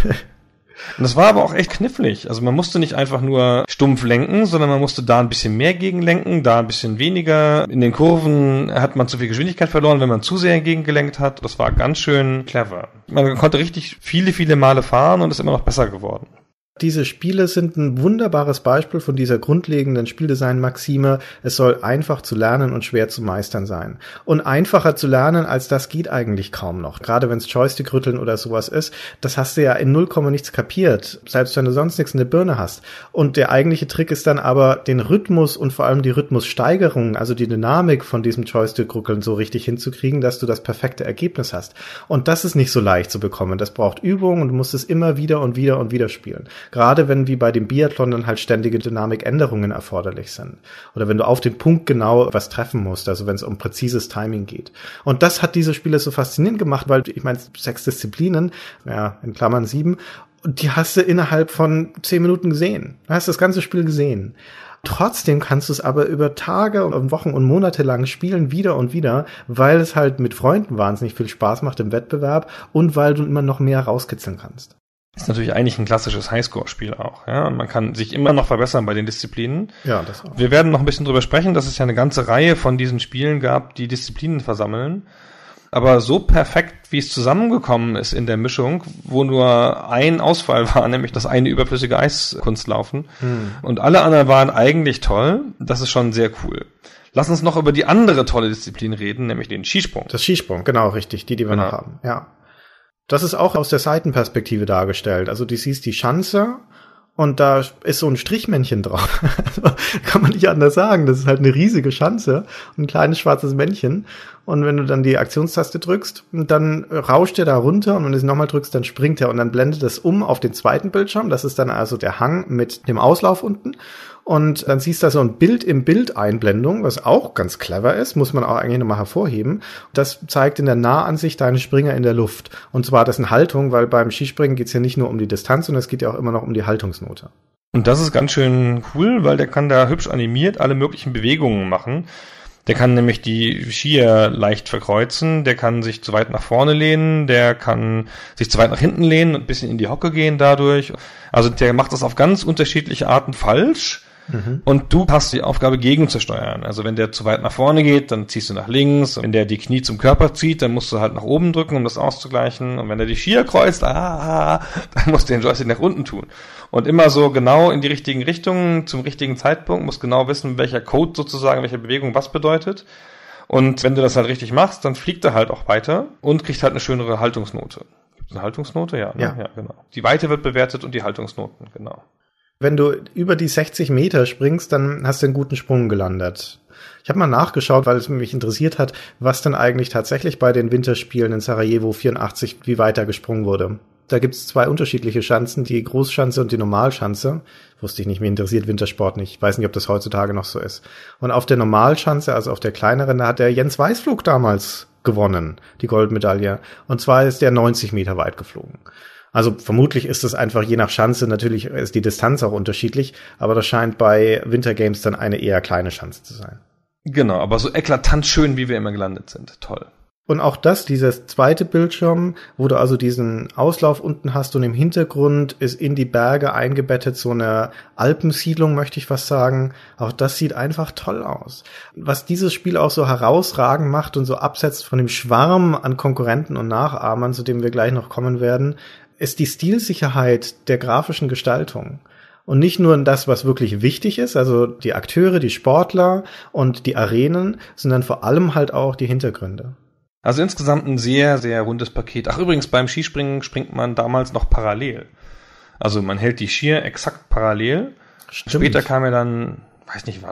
Und das war aber auch echt knifflig. Also man musste nicht einfach nur stumpf lenken, sondern man musste da ein bisschen mehr gegenlenken, da ein bisschen weniger. In den Kurven hat man zu viel Geschwindigkeit verloren, wenn man zu sehr gegengelenkt hat. Das war ganz schön clever. Man konnte richtig viele, viele Male fahren und ist immer noch besser geworden. Diese Spiele sind ein wunderbares Beispiel von dieser grundlegenden Spieldesign-Maxime. Es soll einfach zu lernen und schwer zu meistern sein. Und einfacher zu lernen als das geht eigentlich kaum noch. Gerade wenn es Joystick-Rütteln oder sowas ist, das hast du ja in null Komma nichts kapiert. Selbst wenn du sonst nichts in der Birne hast. Und der eigentliche Trick ist dann aber, den Rhythmus und vor allem die Rhythmussteigerung, also die Dynamik von diesem Joystick-Rütteln so richtig hinzukriegen, dass du das perfekte Ergebnis hast. Und das ist nicht so leicht zu bekommen. Das braucht Übung und du musst es immer wieder und wieder und wieder spielen. Gerade wenn wie bei dem Biathlon dann halt ständige Dynamikänderungen erforderlich sind. Oder wenn du auf den Punkt genau was treffen musst, also wenn es um präzises Timing geht. Und das hat diese Spiele so faszinierend gemacht, weil ich meine, sechs Disziplinen, ja, in Klammern sieben, und die hast du innerhalb von zehn Minuten gesehen. Du hast das ganze Spiel gesehen. Trotzdem kannst du es aber über Tage und Wochen und Monate lang spielen, wieder und wieder, weil es halt mit Freunden wahnsinnig viel Spaß macht im Wettbewerb und weil du immer noch mehr rauskitzeln kannst. Ist natürlich eigentlich ein klassisches Highscore-Spiel auch, ja. Und man kann sich immer noch verbessern bei den Disziplinen. Ja, das auch. Wir werden noch ein bisschen drüber sprechen, dass es ja eine ganze Reihe von diesen Spielen gab, die Disziplinen versammeln. Aber so perfekt, wie es zusammengekommen ist in der Mischung, wo nur ein Ausfall war, nämlich das eine überflüssige Eiskunstlaufen. Hm. Und alle anderen waren eigentlich toll. Das ist schon sehr cool. Lass uns noch über die andere tolle Disziplin reden, nämlich den Skisprung. Das Skisprung, genau, richtig. Die, die wir genau. noch haben, ja. Das ist auch aus der Seitenperspektive dargestellt. Also du siehst die Schanze und da ist so ein Strichmännchen drauf. Also, kann man nicht anders sagen. Das ist halt eine riesige Schanze und ein kleines schwarzes Männchen. Und wenn du dann die Aktionstaste drückst, dann rauscht der da runter und wenn du es nochmal drückst, dann springt er und dann blendet es um auf den zweiten Bildschirm. Das ist dann also der Hang mit dem Auslauf unten. Und dann siehst du da so ein Bild im Bild-Einblendung, was auch ganz clever ist, muss man auch eigentlich nochmal hervorheben. Das zeigt in der Nahansicht deine Springer in der Luft. Und zwar das in Haltung, weil beim Skispringen geht's ja nicht nur um die Distanz, sondern es geht ja auch immer noch um die Haltungsnote. Und das ist ganz schön cool, weil der kann da hübsch animiert alle möglichen Bewegungen machen. Der kann nämlich die Skier leicht verkreuzen, der kann sich zu weit nach vorne lehnen, der kann sich zu weit nach hinten lehnen und ein bisschen in die Hocke gehen dadurch. Also der macht das auf ganz unterschiedliche Arten falsch. Mhm. Und du hast die Aufgabe, gegenzusteuern. Also wenn der zu weit nach vorne geht, dann ziehst du nach links. Wenn der die Knie zum Körper zieht, dann musst du halt nach oben drücken, um das auszugleichen. Und wenn er die Skier kreuzt, ah, dann musst du den Joystick nach unten tun. Und immer so genau in die richtigen Richtungen, zum richtigen Zeitpunkt, musst genau wissen, welcher Code sozusagen, welche Bewegung was bedeutet. Und wenn du das halt richtig machst, dann fliegt er halt auch weiter und kriegt halt eine schönere Haltungsnote. Gibt es eine Haltungsnote? Ja, ne? Ja. Ja, genau. Die Weite wird bewertet und die Haltungsnoten, genau. Wenn du über die sechzig Meter springst, dann hast du einen guten Sprung gelandet. Ich habe mal nachgeschaut, weil es mich interessiert hat, was denn eigentlich tatsächlich bei den Winterspielen in Sarajevo vierundachtzig wie weiter gesprungen wurde. Da gibt es zwei unterschiedliche Schanzen, die Großschanze und die Normalschanze. Wusste ich nicht, mich interessiert Wintersport nicht. Ich weiß nicht, ob das heutzutage noch so ist. Und auf der Normalschanze, also auf der kleineren, da hat der Jens Weißflug damals gewonnen, die Goldmedaille. Und zwar ist der neunzig Meter weit geflogen. Also vermutlich ist es einfach je nach Schanze, natürlich ist die Distanz auch unterschiedlich, aber das scheint bei Wintergames dann eine eher kleine Schanze zu sein. Genau, aber so eklatant schön, wie wir immer gelandet sind. Toll. Und auch das, dieses zweite Bildschirm, wo du also diesen Auslauf unten hast und im Hintergrund ist in die Berge eingebettet so eine Alpensiedlung, möchte ich fast sagen. Auch das sieht einfach toll aus. Was dieses Spiel auch so herausragend macht und so absetzt von dem Schwarm an Konkurrenten und Nachahmern, zu dem wir gleich noch kommen werden, ist die Stilsicherheit der grafischen Gestaltung. Und nicht nur das, was wirklich wichtig ist, also die Akteure, die Sportler und die Arenen, sondern vor allem halt auch die Hintergründe. Also insgesamt ein sehr, sehr rundes Paket. Ach, übrigens, beim Skispringen springt man damals noch parallel. Also man hält die Skier exakt parallel. Stimmt. Später kam ja dann, weiß nicht wann,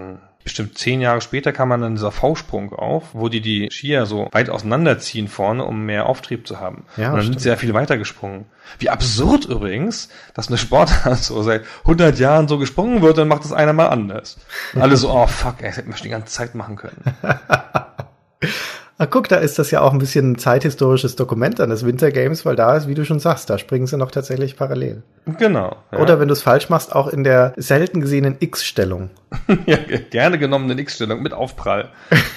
bestimmt zehn Jahre später kam dann dieser V-Sprung auf, wo die die Skier so weit auseinanderziehen vorne, um mehr Auftrieb zu haben. Ja, und dann stimmt. sind sie ja viel weiter gesprungen. Wie absurd übrigens, dass eine Sportart so seit hundert Jahren so gesprungen wird, dann macht das einer mal anders. Und alle so, oh fuck, ey, das hätten wir schon die ganze Zeit machen können. Ah, guck, da ist das ja auch ein bisschen ein zeithistorisches Dokument an des Winter Games, weil da ist, wie du schon sagst, da springen sie noch tatsächlich parallel. Genau. Ja. Oder wenn du es falsch machst, auch in der selten gesehenen X-Stellung. Ja, gerne genommene X-Stellung mit Aufprall.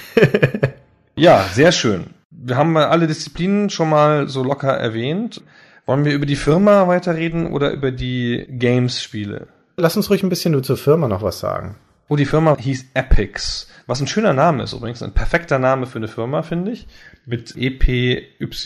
Ja, sehr schön. Wir haben mal alle Disziplinen schon mal so locker erwähnt. Wollen wir über die Firma weiterreden oder über die Games-Spiele? Lass uns ruhig ein bisschen nur zur Firma noch was sagen. Oh, die Firma hieß Epyx. Was ein schöner Name ist übrigens. Ein perfekter Name für eine Firma, finde ich. Mit E P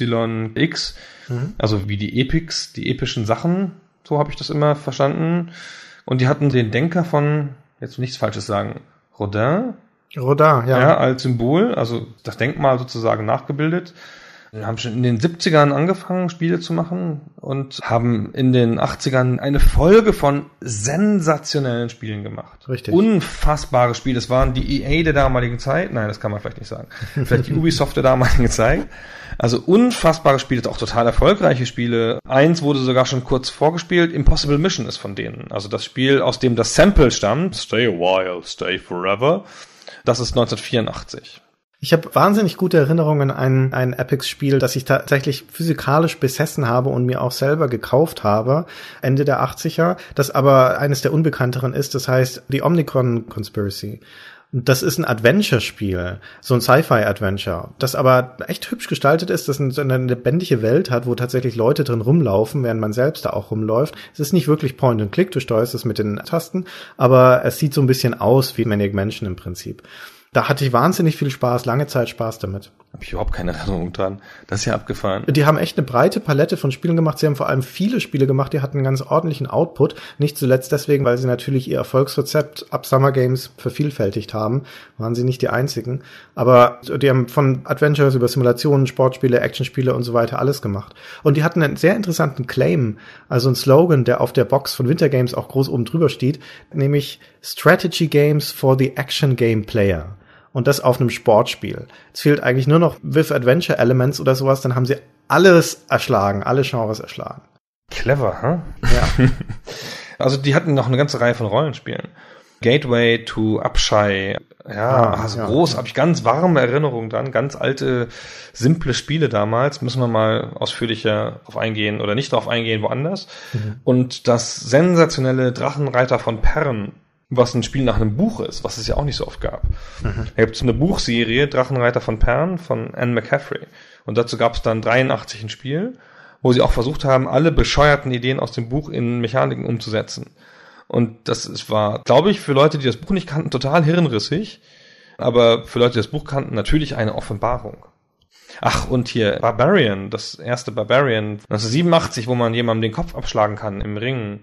Y X. Mhm. Also wie die Epics, die epischen Sachen. So habe ich das immer verstanden. Und die hatten den Denker von, jetzt nichts Falsches sagen, Rodin. Rodin, ja. Ja, als Symbol, also das Denkmal sozusagen nachgebildet. Wir haben schon in den siebzigern angefangen, Spiele zu machen und haben in den achtzigern eine Folge von sensationellen Spielen gemacht. Richtig. Unfassbare Spiele. Das waren die E A der damaligen Zeit. Nein, das kann man vielleicht nicht sagen. Vielleicht die Ubisoft der damaligen Zeit. Also unfassbare Spiele, auch total erfolgreiche Spiele. Eins wurde sogar schon kurz vorgespielt. Impossible Mission ist von denen. Also das Spiel, aus dem das Sample stammt. Stay a while, stay forever. Das ist neunzehnhundertvierundachtzig. Ich habe wahnsinnig gute Erinnerungen an ein Epyx-Spiel, das ich tatsächlich physikalisch besessen habe und mir auch selber gekauft habe, Ende der achtziger, das aber eines der unbekannteren ist, das heißt The Omnicron Conspiracy. Das ist ein Adventure-Spiel, so ein Sci-Fi-Adventure, das aber echt hübsch gestaltet ist, das eine lebendige Welt hat, wo tatsächlich Leute drin rumlaufen, während man selbst da auch rumläuft. Es ist nicht wirklich Point-and-Click, du steuerst es mit den Tasten, aber es sieht so ein bisschen aus wie Maniac Mansion im Prinzip. Da hatte ich wahnsinnig viel Spaß, lange Zeit Spaß damit. Habe ich überhaupt keine Erinnerung dran. Das ist ja abgefahren. Die haben echt eine breite Palette von Spielen gemacht. Sie haben vor allem viele Spiele gemacht, die hatten einen ganz ordentlichen Output. Nicht zuletzt deswegen, weil sie natürlich ihr Erfolgsrezept ab Summer Games vervielfältigt haben. Waren sie nicht die einzigen. Aber die haben von Adventures über Simulationen, Sportspiele, Actionspiele und so weiter alles gemacht. Und die hatten einen sehr interessanten Claim, also einen Slogan, der auf der Box von Winter Games auch groß oben drüber steht, nämlich Strategy Games for the Action Game Player. Und das auf einem Sportspiel. Es fehlt eigentlich nur noch with Adventure Elements oder sowas, dann haben sie alles erschlagen, alle Genres erschlagen. Clever, hm? Ja. Also die hatten noch eine ganze Reihe von Rollenspielen. Gateway to Upshai, ja, Ah, also ja. groß, habe ich ganz warme Erinnerungen dran, ganz alte, simple Spiele damals, müssen wir mal ausführlicher drauf eingehen oder nicht drauf eingehen, woanders. Mhm. Und das sensationelle Drachenreiter von Pern, was ein Spiel nach einem Buch ist, was es ja auch nicht so oft gab. Mhm. Da gibt es eine Buchserie, Drachenreiter von Pern, von Anne McCaffrey. Und dazu gab es dann dreiundachtzig ein Spiel, wo sie auch versucht haben, alle bescheuerten Ideen aus dem Buch in Mechaniken umzusetzen. Und das ist, war, glaube ich, für Leute, die das Buch nicht kannten, total hirnrissig. Aber für Leute, die das Buch kannten, natürlich eine Offenbarung. Ach, und hier Barbarian, das erste Barbarian, neunzehnhundertsiebenundachtzig, wo man jemandem den Kopf abschlagen kann im Ring.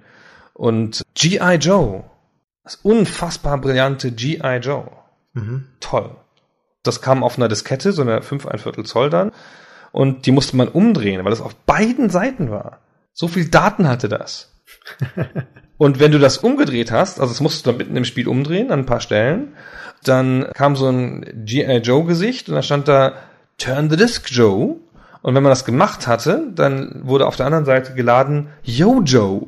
Und G I. Joe. Das unfassbar brillante G I. Joe. Mhm. Toll. Das kam auf einer Diskette, so einer fünf Komma fünf Zoll dann. Und die musste man umdrehen, weil das auf beiden Seiten war. So viel Daten hatte das. Und wenn du das umgedreht hast, also das musst du dann mitten im Spiel umdrehen, an ein paar Stellen, dann kam so ein G I. Joe Gesicht und da stand da Turn the Disc Joe. Und wenn man das gemacht hatte, dann wurde auf der anderen Seite geladen Yo Joe.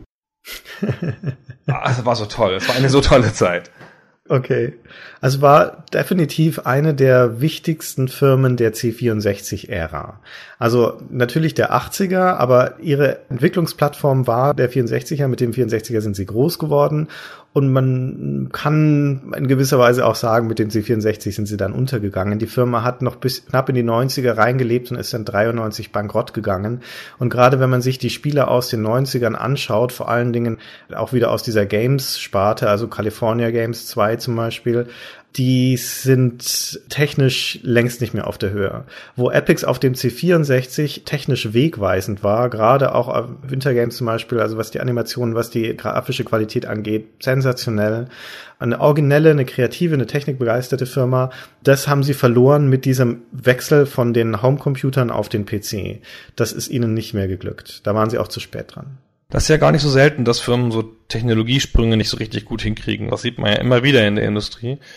Ah, das war so toll. Es war eine so tolle Zeit. Okay. Also war definitiv eine der wichtigsten Firmen der C vierundsechzig-Ära. Also natürlich der achtziger, aber ihre Entwicklungsplattform war der vierundsechziger. Mit dem vierundsechziger sind sie groß geworden. Und man kann in gewisser Weise auch sagen, mit dem C vierundsechzig sind sie dann untergegangen. Die Firma hat noch bis knapp in die neunziger reingelebt und ist dann dreiundneunzig bankrott gegangen. Und gerade wenn man sich die Spiele aus den neunzigern anschaut, vor allen Dingen auch wieder aus dieser Games-Sparte, also California Games zwei zum Beispiel, die sind technisch längst nicht mehr auf der Höhe. Wo Epyx auf dem C vierundsechzig technisch wegweisend war, gerade auch Winter Games zum Beispiel, also was die Animationen, was die grafische Qualität angeht, sensationell. Eine originelle, eine kreative, eine technikbegeisterte Firma. Das haben sie verloren mit diesem Wechsel von den Homecomputern auf den P C. Das ist ihnen nicht mehr geglückt. Da waren sie auch zu spät dran. Das ist ja gar nicht so selten, dass Firmen so Technologiesprünge nicht so richtig gut hinkriegen. Das sieht man ja immer wieder in der Industrie.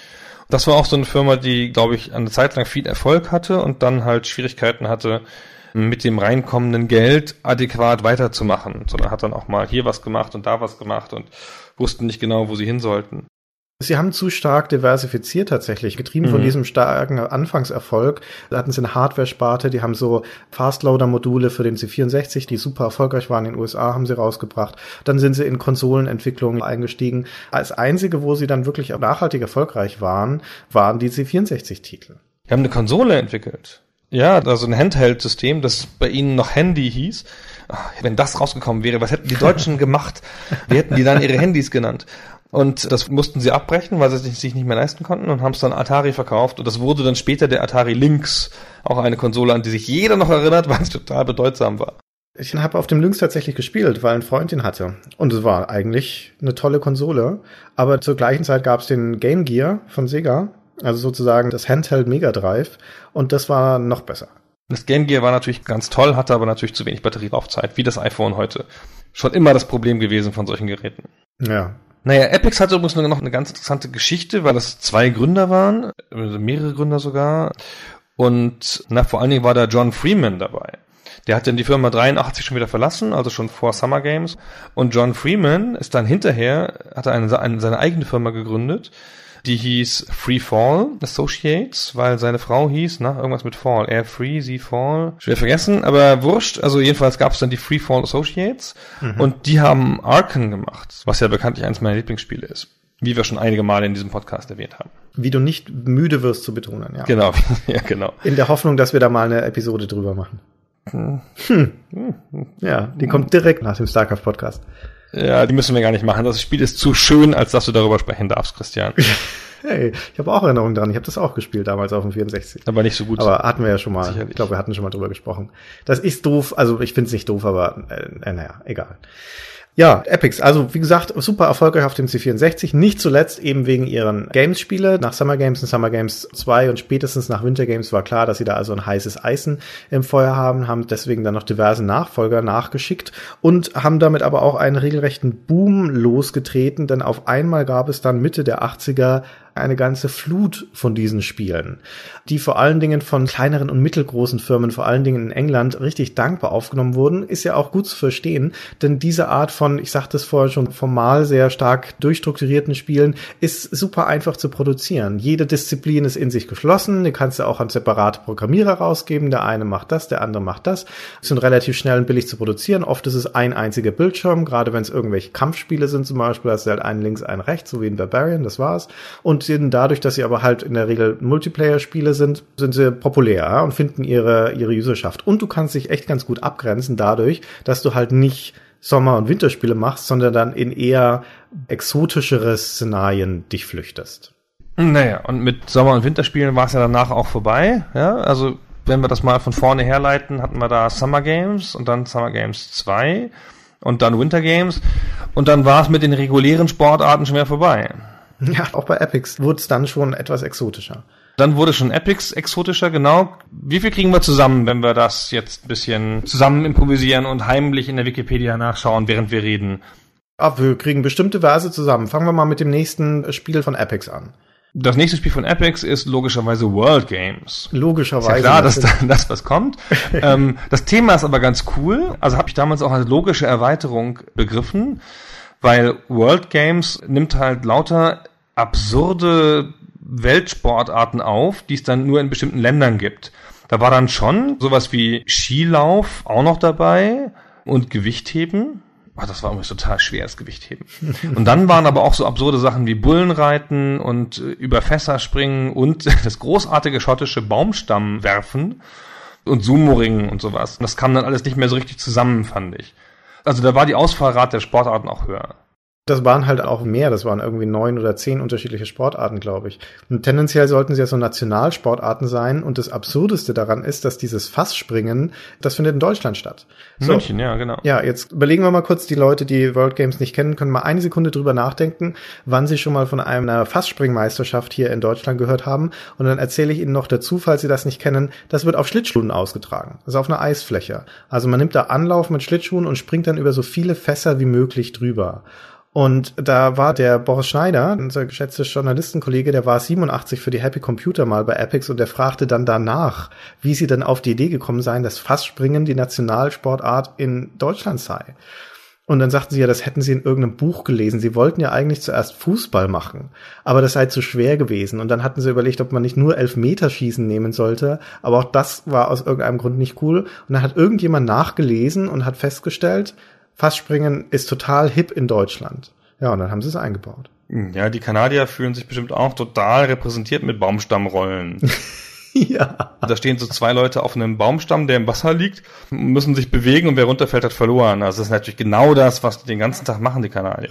Das war auch so eine Firma, die, glaube ich, eine Zeit lang viel Erfolg hatte und dann halt Schwierigkeiten hatte, mit dem reinkommenden Geld adäquat weiterzumachen, sondern hat dann auch mal hier was gemacht und da was gemacht und wussten nicht genau, wo sie hin sollten. Sie haben zu stark diversifiziert tatsächlich, getrieben mhm. von diesem starken Anfangserfolg. Da hatten sie eine Hardware-Sparte, die haben so Fastloader-Module für den C vierundsechzig, die super erfolgreich waren in den U S A, haben sie rausgebracht. Dann sind sie in Konsolenentwicklung eingestiegen. Als einzige, wo sie dann wirklich nachhaltig erfolgreich waren, waren die C vierundsechzig-Titel. Wir haben eine Konsole entwickelt. Ja, also ein Handheld-System, das bei ihnen noch Handy hieß. Ach, wenn das rausgekommen wäre, was hätten die Deutschen gemacht? Wie hätten die dann ihre Handys genannt? Und das mussten sie abbrechen, weil sie es sich nicht mehr leisten konnten und haben es dann Atari verkauft. Und das wurde dann später der Atari Lynx, auch eine Konsole, an die sich jeder noch erinnert, weil es total bedeutsam war. Ich habe auf dem Lynx tatsächlich gespielt, weil ein Freund ihn hatte. Und es war eigentlich eine tolle Konsole. Aber zur gleichen Zeit gab es den Game Gear von Sega. Also sozusagen das Handheld Mega Drive. Und das war noch besser. Das Game Gear war natürlich ganz toll, hatte aber natürlich zu wenig Batterielaufzeit, wie das iPhone heute. Schon immer das Problem gewesen von solchen Geräten. Ja. Naja, Epyx hatte übrigens noch eine ganz interessante Geschichte, weil das zwei Gründer waren, also mehrere Gründer sogar. Und na, vor allen Dingen war da John Freeman dabei. Der hat dann die Firma dreiundachtzig schon wieder verlassen, also schon vor Summer Games. Und John Freeman ist dann hinterher, hat er eine, eine, seine eigene Firma gegründet. Die hieß Freefall Associates, weil seine Frau hieß, na, irgendwas mit Fall. Er Free, sie Fall. Schwer vergessen, aber wurscht. Also jedenfalls gab es dann die Freefall Associates. Mhm. Und die haben Arken gemacht, was ja bekanntlich eines meiner Lieblingsspiele ist. Wie wir schon einige Male in diesem Podcast erwähnt haben. Wie du nicht müde wirst zu betonen, ja. Genau, ja, genau. In der Hoffnung, dass wir da mal eine Episode drüber machen. Hm. Hm. Ja, die kommt direkt nach dem StarCraft-Podcast. Ja, die müssen wir gar nicht machen. Das Spiel ist zu schön, als dass du darüber sprechen darfst, Christian. Hey, ich habe auch Erinnerungen dran. Ich habe das auch gespielt damals auf dem vierundsechzig. Aber nicht so gut. Aber hatten wir ja schon mal. Sicherlich. Ich glaube, wir hatten schon mal drüber gesprochen. Das ist doof. Also ich finde es nicht doof, aber äh, naja, egal. Ja, Epyx, also wie gesagt, super erfolgreich auf dem C vierundsechzig, nicht zuletzt eben wegen ihren Games-Spiele. Nach Summer Games und Summer Games zwei und spätestens nach Winter Games war klar, dass sie da also ein heißes Eisen im Feuer haben, haben deswegen dann noch diverse Nachfolger nachgeschickt und haben damit aber auch einen regelrechten Boom losgetreten, denn auf einmal gab es dann Mitte der achtziger eine ganze Flut von diesen Spielen, die vor allen Dingen von kleineren und mittelgroßen Firmen, vor allen Dingen in England, richtig dankbar aufgenommen wurden. Ist ja auch gut zu verstehen, denn diese Art von, ich sagte es vorher schon, formal sehr stark durchstrukturierten Spielen ist super einfach zu produzieren. Jede Disziplin ist in sich geschlossen, die kannst du auch an separate Programmierer rausgeben, der eine macht das, der andere macht das. Die sind relativ schnell und billig zu produzieren. Oft ist es ein einziger Bildschirm, gerade wenn es irgendwelche Kampfspiele sind zum Beispiel, hast du halt einen links, einen rechts, so wie in Barbarian, das war's. Und dadurch, dass sie aber halt in der Regel Multiplayer-Spiele sind, sind sie populär, ja, und finden ihre ihre Userschaft. Und du kannst dich echt ganz gut abgrenzen dadurch, dass du halt nicht Sommer- und Winterspiele machst, sondern dann in eher exotischere Szenarien dich flüchtest. Naja, und mit Sommer- und Winterspielen war es ja danach auch vorbei. Ja, also wenn wir das mal von vorne herleiten, hatten wir da Summer Games und dann Summer Games zwei und dann Winter Games und dann war es mit den regulären Sportarten schon wieder vorbei. Ja, auch bei Epyx wurde es dann schon etwas exotischer. Dann wurde schon Epyx exotischer, genau. Wie viel kriegen wir zusammen, wenn wir das jetzt ein bisschen zusammen improvisieren und heimlich in der Wikipedia nachschauen, während wir reden? Ah, wir kriegen bestimmte Verse zusammen. Fangen wir mal mit dem nächsten Spiel von Epyx an. Das nächste Spiel von Epyx ist logischerweise World Games. Logischerweise. Ist ja klar, dass da, das was kommt. ähm, das Thema ist aber ganz cool. Also habe ich damals auch als logische Erweiterung begriffen. Weil World Games nimmt halt lauter absurde Weltsportarten auf, die es dann nur in bestimmten Ländern gibt. Da war dann schon sowas wie Skilauf auch noch dabei und Gewichtheben. Oh, das war irgendwie total schweres Gewichtheben. Und dann waren aber auch so absurde Sachen wie Bullenreiten und über Fässer springen und das großartige schottische Baumstammwerfen und Sumo-Ringen und sowas. Und das kam dann alles nicht mehr so richtig zusammen, fand ich. Also da war die Auswahlrate der Sportarten auch höher. Das waren halt auch mehr, das waren irgendwie neun oder zehn unterschiedliche Sportarten, glaube ich. Und tendenziell sollten sie ja so Nationalsportarten sein. Und das Absurdeste daran ist, dass dieses Fassspringen, das findet in Deutschland statt. So. München, ja, genau. Ja, jetzt überlegen wir mal kurz, die Leute, die World Games nicht kennen, können mal eine Sekunde drüber nachdenken, wann sie schon mal von einer Fassspringmeisterschaft hier in Deutschland gehört haben. Und dann erzähle ich Ihnen noch dazu, falls Sie das nicht kennen, das wird auf Schlittschuhen ausgetragen. Das ist auf einer Eisfläche. Also man nimmt da Anlauf mit Schlittschuhen und springt dann über so viele Fässer wie möglich drüber. Und da war der Boris Schneider, unser geschätzter Journalistenkollege, der war siebenundachtzig für die Happy Computer mal bei Epix und der fragte dann danach, wie sie denn auf die Idee gekommen seien, dass Fassspringen die Nationalsportart in Deutschland sei. Und dann sagten sie ja, das hätten sie in irgendeinem Buch gelesen. Sie wollten ja eigentlich zuerst Fußball machen, aber das sei zu schwer gewesen. Und dann hatten sie überlegt, ob man nicht nur Elfmeterschießen nehmen sollte, aber auch das war aus irgendeinem Grund nicht cool. Und dann hat irgendjemand nachgelesen und hat festgestellt, Fassspringen ist total hip in Deutschland. Ja, und dann haben sie es eingebaut. Ja, die Kanadier fühlen sich bestimmt auch total repräsentiert mit Baumstammrollen. Ja. Da stehen so zwei Leute auf einem Baumstamm, der im Wasser liegt, müssen sich bewegen und wer runterfällt, hat verloren. Also das ist natürlich genau das, was die den ganzen Tag machen, die Kanadier.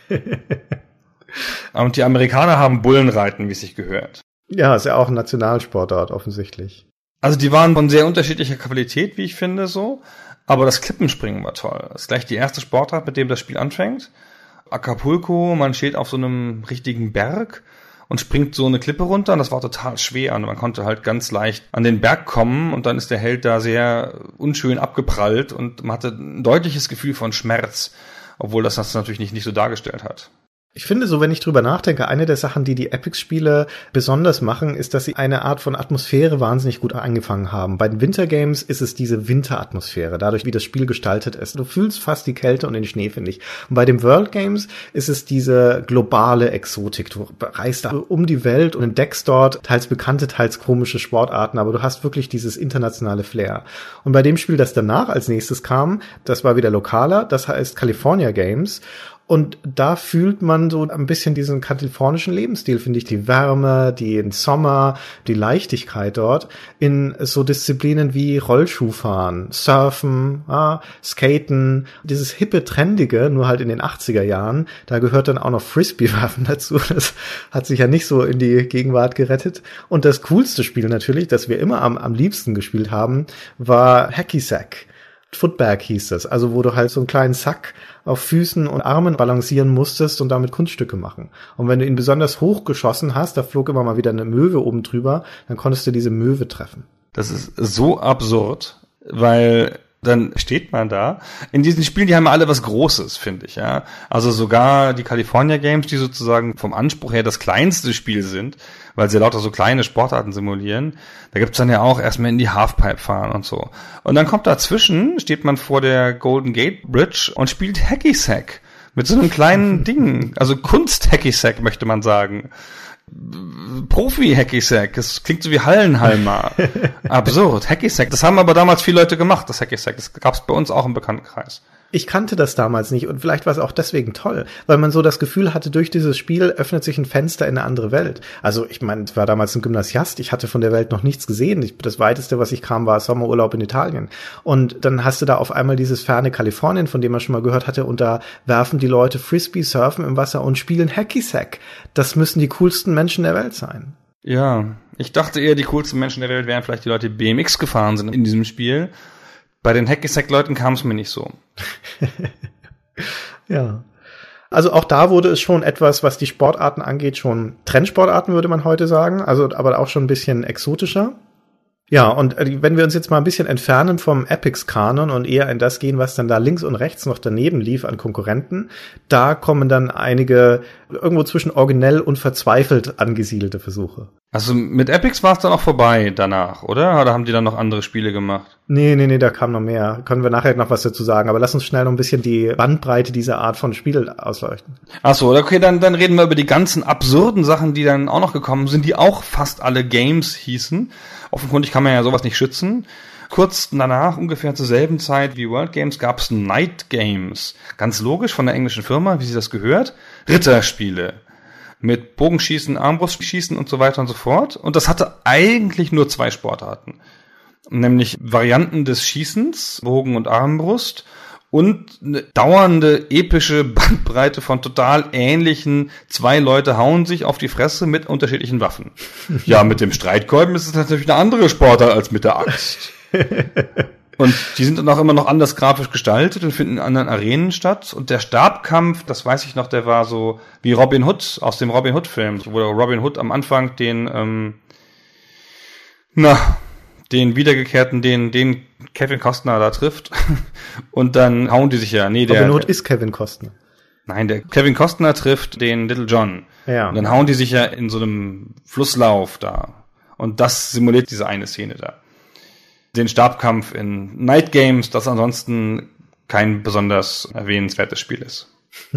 Und die Amerikaner haben Bullenreiten, wie es sich gehört. Ja, ist ja auch ein Nationalsportart offensichtlich. Also die waren von sehr unterschiedlicher Qualität, wie ich finde, so. Aber das Klippenspringen war toll. Das ist gleich die erste Sportart, mit dem das Spiel anfängt. Acapulco, man steht auf so einem richtigen Berg und springt so eine Klippe runter und das war total schwer und man konnte halt ganz leicht an den Berg kommen und dann ist der Held da sehr unschön abgeprallt und man hatte ein deutliches Gefühl von Schmerz, obwohl das das natürlich nicht, nicht so dargestellt hat. Ich finde so, wenn ich drüber nachdenke, eine der Sachen, die die Epix-Spiele besonders machen, ist, dass sie eine Art von Atmosphäre wahnsinnig gut eingefangen haben. Bei den Wintergames ist es diese Winteratmosphäre, dadurch, wie das Spiel gestaltet ist. Du fühlst fast die Kälte und den Schnee, finde ich. Und bei den World Games ist es diese globale Exotik. Du reist da um die Welt und entdeckst dort teils bekannte, teils komische Sportarten, aber du hast wirklich dieses internationale Flair. Und bei dem Spiel, das danach als nächstes kam, das war wieder lokaler, das heißt California Games. Und da fühlt man so ein bisschen diesen kalifornischen Lebensstil, finde ich, die Wärme, den Sommer, die Leichtigkeit dort in so Disziplinen wie Rollschuhfahren, Surfen, ah, Skaten, dieses hippe, trendige, nur halt in den achtziger Jahren. Da gehört dann auch noch Frisbee-Werfen dazu. Das hat sich ja nicht so in die Gegenwart gerettet. Und das coolste Spiel natürlich, das wir immer am, am liebsten gespielt haben, war Hacky Sack. Footbag hieß das, also wo du halt so einen kleinen Sack auf Füßen und Armen balancieren musstest und damit Kunststücke machen. Und wenn du ihn besonders hoch geschossen hast, da flog immer mal wieder eine Möwe oben drüber, dann konntest du diese Möwe treffen. Das ist so absurd, weil dann steht man da. In diesen Spielen, die haben alle was Großes, finde ich, ja. Also sogar die California Games, die sozusagen vom Anspruch her das kleinste Spiel sind, weil sie lauter so kleine Sportarten simulieren. Da gibt's dann ja auch erstmal in die Halfpipe fahren und so. Und dann kommt dazwischen, steht man vor der Golden Gate Bridge und spielt Hacky Sack mit so einem kleinen Ding. Also Kunst-Hacky Sack, möchte man sagen. Profi-Hacky Sack, das klingt so wie Hallenhalmer. Absurd, Hacky Sack. Das haben aber damals viele Leute gemacht, das Hacky Sack. Das gab's bei uns auch im Bekanntenkreis. Ich kannte das damals nicht und vielleicht war es auch deswegen toll, weil man so das Gefühl hatte, durch dieses Spiel öffnet sich ein Fenster in eine andere Welt. Also ich meine, ich war damals ein Gymnasiast, ich hatte von der Welt noch nichts gesehen. Ich, das Weiteste, was ich kam, war Sommerurlaub in Italien. Und dann hast du da auf einmal dieses ferne Kalifornien, von dem man schon mal gehört hatte, und da werfen die Leute Frisbee, surfen im Wasser und spielen Hacky Sack. Das müssen die coolsten Menschen der Welt sein. Ja, ich dachte eher, die coolsten Menschen der Welt wären vielleicht die Leute, die B M X gefahren sind in diesem Spiel. Bei den Hacky-Sack-Leuten kam es mir nicht so. Ja. Also auch da wurde es schon etwas, was die Sportarten angeht, schon Trendsportarten, würde man heute sagen. Also aber auch schon ein bisschen exotischer. Ja, und wenn wir uns jetzt mal ein bisschen entfernen vom Epix-Kanon und eher in das gehen, was dann da links und rechts noch daneben lief an Konkurrenten, da kommen dann einige irgendwo zwischen originell und verzweifelt angesiedelte Versuche. Also mit Epix war es dann auch vorbei danach, oder? Oder haben die dann noch andere Spiele gemacht? Nee, nee, nee, da kam noch mehr. Können wir nachher noch was dazu sagen, aber lass uns schnell noch ein bisschen die Bandbreite dieser Art von Spiel ausleuchten. Ach so, okay, dann, dann reden wir über die ganzen absurden Sachen, die dann auch noch gekommen sind, die auch fast alle Games hießen. Offenkundig kann man ja sowas nicht schützen. Kurz danach, ungefähr zur selben Zeit wie World Games, gab es Night Games. Ganz logisch von der englischen Firma, wie sie das gehört. Ritterspiele. Mit Bogenschießen, Armbrustschießen und so weiter und so fort. Und das hatte eigentlich nur zwei Sportarten. Nämlich Varianten des Schießens, Bogen und Armbrust, und eine dauernde epische Bandbreite von total ähnlichen, zwei Leute hauen sich auf die Fresse mit unterschiedlichen Waffen. Ja, mit dem Streitkolben ist es natürlich eine andere Sportart als mit der Axt. Und die sind dann auch immer noch anders grafisch gestaltet und finden in anderen Arenen statt. Und der Stabkampf, das weiß ich noch, der war so wie Robin Hood aus dem Robin Hood-Film, wo Robin Hood am Anfang den, ähm, na, den Wiedergekehrten, den, den Kevin Costner da trifft. Und dann hauen die sich ja. Nee, der, Robin Hood ist Kevin Costner. Nein, der Kevin Costner trifft den Little John. Ja. Und dann hauen die sich ja in so einem Flusslauf da. Und das simuliert diese eine Szene da. Den Stabkampf in Night Games, das ansonsten kein besonders erwähnenswertes Spiel ist.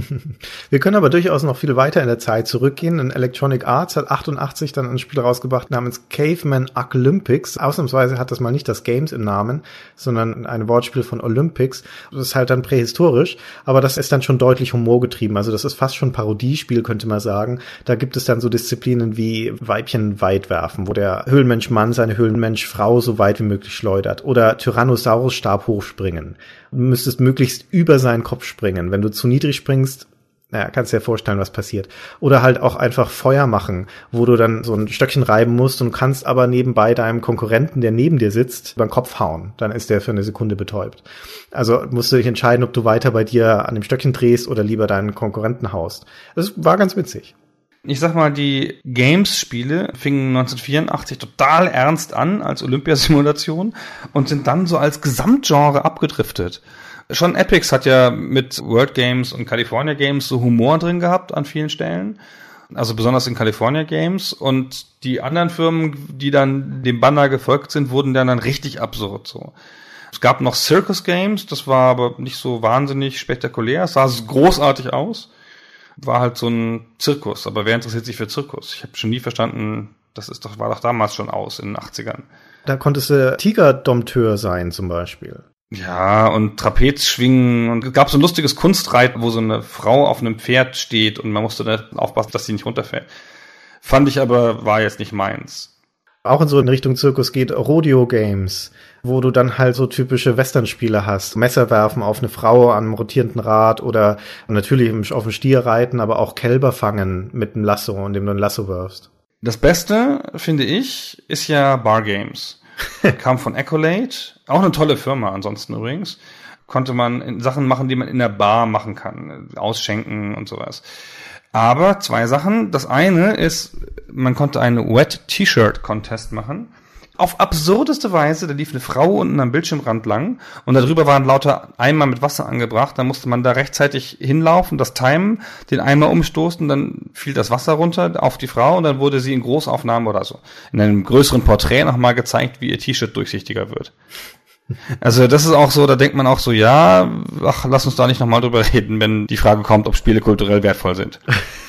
Wir können aber durchaus noch viel weiter in der Zeit zurückgehen. In Electronic Arts hat achtundachtzig dann ein Spiel rausgebracht namens Caveman Olympics. Ausnahmsweise hat das mal nicht das Games im Namen, sondern ein Wortspiel von Olympics. Das ist halt dann prähistorisch, aber das ist dann schon deutlich humorgetrieben. Also das ist fast schon ein Parodiespiel, könnte man sagen. Da gibt es dann so Disziplinen wie Weibchen weit werfen, wo der Höhlenmensch-Mann seine Höhlenmensch-Frau so weit wie möglich schleudert. Oder Tyrannosaurus-Stab hochspringen. Du müsstest möglichst über seinen Kopf springen. Wenn du zu niedrig springst, naja, kannst dir ja vorstellen, was passiert. Oder halt auch einfach Feuer machen, wo du dann so ein Stöckchen reiben musst und kannst aber nebenbei deinem Konkurrenten, der neben dir sitzt, über den Kopf hauen. Dann ist der für eine Sekunde betäubt. Also musst du dich entscheiden, ob du weiter bei dir an dem Stöckchen drehst oder lieber deinen Konkurrenten haust. Das war ganz witzig. Ich sag mal, die Games-Spiele fingen neunzehnhundertvierundachtzig total ernst an als Olympiasimulation und sind dann so als Gesamtgenre abgedriftet. Schon Epix hat ja mit World Games und California Games so Humor drin gehabt an vielen Stellen. Also besonders in California Games. Und die anderen Firmen, die dann dem Banner gefolgt sind, wurden dann, dann richtig absurd so. Es gab noch Circus Games, das war aber nicht so wahnsinnig spektakulär. Es sah großartig aus. War halt so ein Zirkus, aber wer interessiert sich für Zirkus? Ich habe schon nie verstanden, das ist doch, war doch damals schon aus in den achtzigern. Da konntest du Tigerdompteur sein zum Beispiel. Ja, und Trapez schwingen und es gab so ein lustiges Kunstreit, wo so eine Frau auf einem Pferd steht und man musste da aufpassen, dass sie nicht runterfällt. Fand ich aber, war jetzt nicht meins. Auch in so in Richtung Zirkus geht Rodeo-Games, wo du dann halt so typische Western-Spiele hast. Messer werfen auf eine Frau an einem rotierenden Rad oder natürlich auf dem Stier reiten, aber auch Kälber fangen mit einem Lasso, indem du ein Lasso wirfst. Das Beste, finde ich, ist ja Bar Games. Kam von Accolade, auch eine tolle Firma ansonsten übrigens. Konnte man Sachen machen, die man in der Bar machen kann, ausschenken und sowas. Aber zwei Sachen. Das eine ist, man konnte einen Wet-T-Shirt-Contest machen. Auf absurdeste Weise, da lief eine Frau unten am Bildschirmrand lang und darüber waren lauter Eimer mit Wasser angebracht. Da musste man da rechtzeitig hinlaufen, das timen, den Eimer umstoßen, dann fiel das Wasser runter auf die Frau und dann wurde sie in Großaufnahme oder so in einem größeren Porträt nochmal gezeigt, wie ihr T-Shirt durchsichtiger wird. Also das ist auch so, da denkt man auch so, ja, ach, lass uns da nicht nochmal drüber reden, wenn die Frage kommt, ob Spiele kulturell wertvoll sind.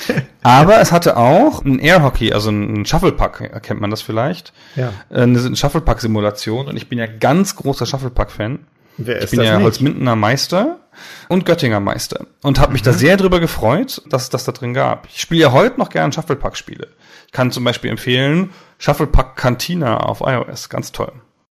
Aber es hatte auch ein Airhockey, also ein Shufflepuck, kennt man das vielleicht? Ja. Eine Shufflepuck-Simulation und ich bin ja ganz großer Shufflepuck-Fan. Wer ist ich bin das ja nicht? Holzmindener Meister und Göttinger Meister und habe mich mhm. da sehr drüber gefreut, dass es das da drin gab. Ich spiele ja heute noch gern Shufflepuck-Spiele. Ich kann zum Beispiel empfehlen Shufflepuck Cantina auf iOS, ganz toll.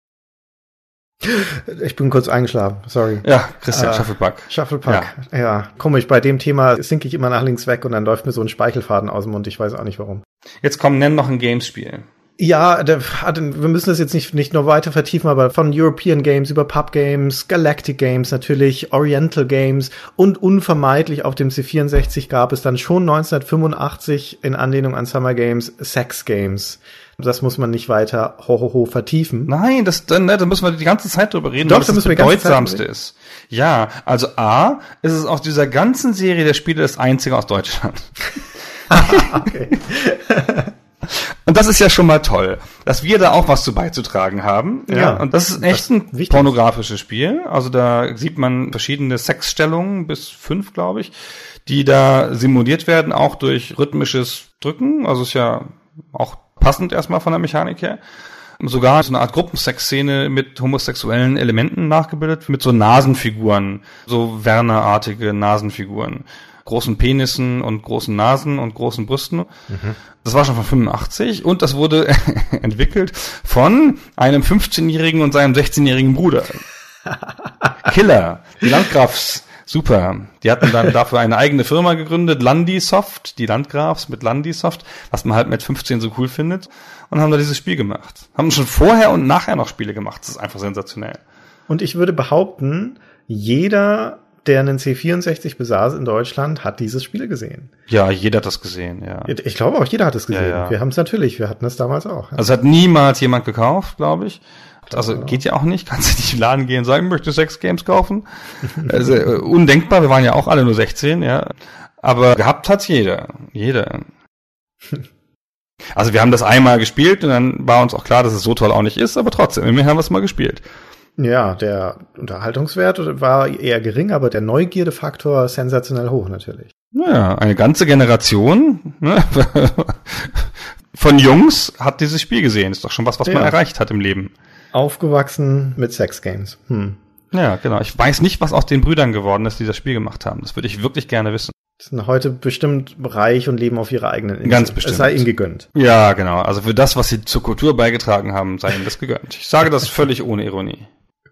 Ich bin kurz eingeschlafen, sorry. Ja, Christian, äh, Shufflepuck. Shufflepuck, ja. ja. Komisch, bei dem Thema sinke ich immer nach links weg und dann läuft mir so ein Speichelfaden aus dem Mund, ich weiß auch nicht warum. Jetzt komm, nenn noch ein Gamespiel. Ja, der, wir müssen das jetzt nicht, nicht nur weiter vertiefen, aber von European Games über Pub Games, Galactic Games natürlich, Oriental Games und unvermeidlich auf dem C vierundsechzig gab es dann schon neunzehnhundertfünfundachtzig in Anlehnung an Summer Games Sex Games. Das muss man nicht weiter hohoho ho, ho vertiefen. Nein, das, dann, da müssen wir die ganze Zeit drüber reden, Doch, weil das das wir Bedeutsamste ist. Ja, also A, ist es aus dieser ganzen Serie der Spiele das einzige aus Deutschland. Okay. Und das ist ja schon mal toll, dass wir da auch was zu beizutragen haben. Ja, ja. Und das ist echt ein wichtig. Pornografisches Spiel. Also da sieht man verschiedene Sexstellungen, bis fünf, glaube ich, die da simuliert werden, auch durch rhythmisches Drücken. Also ist ja auch passend erstmal von der Mechanik her. Sogar so eine Art Gruppensex-Szene mit homosexuellen Elementen nachgebildet, mit so Nasenfiguren, so Werner-artige Nasenfiguren. Großen Penissen und großen Nasen und großen Brüsten. Mhm. Das war schon von fünfundachtzig und das wurde entwickelt von einem fünfzehnjährigen und seinem sechzehnjährigen Bruder. Killer, die Landgrafs, super. Die hatten dann dafür eine eigene Firma gegründet, Landisoft, die Landgrafs mit Landisoft, was man halt mit fünfzehn so cool findet, und haben da dieses Spiel gemacht. Haben schon vorher und nachher noch Spiele gemacht. Das ist einfach sensationell. Und ich würde behaupten, jeder der einen C vierundsechzig besaß in Deutschland, hat dieses Spiel gesehen. Ja, jeder hat das gesehen, ja. Ich glaube auch, jeder hat es gesehen. Ja, ja. Wir haben es natürlich, wir hatten es damals auch. Ja. Also hat niemals jemand gekauft, glaube ich. Also Ja. geht ja auch nicht. Kannst du nicht in den Laden gehen und sagen, möchtest du sechs Games kaufen? Also äh, undenkbar, wir waren ja auch alle nur sechzehn, ja. Aber gehabt hat's jeder. Jeder. Also wir haben das einmal gespielt und dann war uns auch klar, dass es so toll auch nicht ist, aber trotzdem, immerhin haben wir es mal gespielt. Ja, der Unterhaltungswert war eher gering, aber der Neugierdefaktor sensationell hoch natürlich. Naja, eine ganze Generation ne, von Jungs hat dieses Spiel gesehen. Ist doch schon was, was man Ja. erreicht hat im Leben. Aufgewachsen mit Sexgames. Hm. Ja, genau. Ich weiß nicht, was aus den Brüdern geworden ist, die das Spiel gemacht haben. Das würde ich wirklich gerne wissen. Sind heute bestimmt reich und leben auf ihre eigenen Insel. Ganz bestimmt. Es sei ihnen gegönnt. Ja, genau. Also für das, was sie zur Kultur beigetragen haben, sei ihnen das gegönnt. Ich sage das völlig ohne Ironie.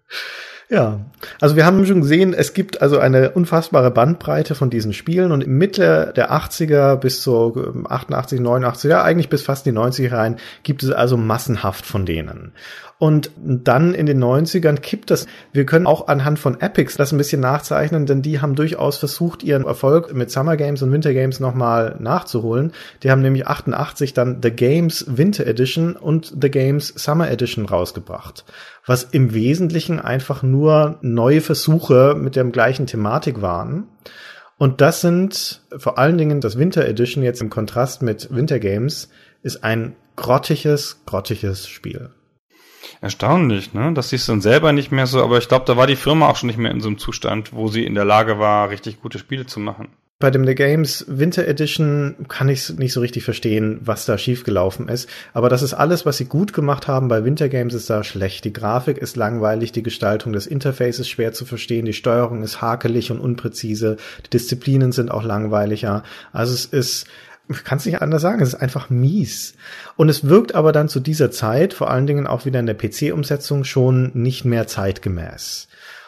Ja, also wir haben schon gesehen, es gibt also eine unfassbare Bandbreite von diesen Spielen und Mitte der achtziger bis so achtundachtzig, neunundachtzig, ja eigentlich bis fast die neunziger rein, gibt es also massenhaft von denen. Und dann in den neunzigern kippt das. Wir können auch anhand von Epics das ein bisschen nachzeichnen, denn die haben durchaus versucht, ihren Erfolg mit Summer Games und Winter Games nochmal nachzuholen. Die haben nämlich achtundachtzig dann The Games Winter Edition und The Games Summer Edition rausgebracht, was im Wesentlichen einfach nur neue Versuche mit der gleichen Thematik waren. Und das sind vor allen Dingen das Winter Edition jetzt im Kontrast mit Winter Games ist ein grottiges, grottiges Spiel. Erstaunlich, ne? Das siehst du dann selber nicht mehr so, aber ich glaube, da war die Firma auch schon nicht mehr in so einem Zustand, wo sie in der Lage war, richtig gute Spiele zu machen. Bei dem The Games Winter Edition kann ich nicht so richtig verstehen, was da schiefgelaufen ist. Aber das ist alles, was sie gut gemacht haben. Bei Winter Games ist da schlecht. Die Grafik ist langweilig, die Gestaltung des Interfaces ist schwer zu verstehen, die Steuerung ist hakelig und unpräzise, die Disziplinen sind auch langweiliger. Also es ist, ich kann es nicht anders sagen, es ist einfach mies. Und es wirkt aber dann zu dieser Zeit, vor allen Dingen auch wieder in der P C-Umsetzung, schon nicht mehr zeitgemäß.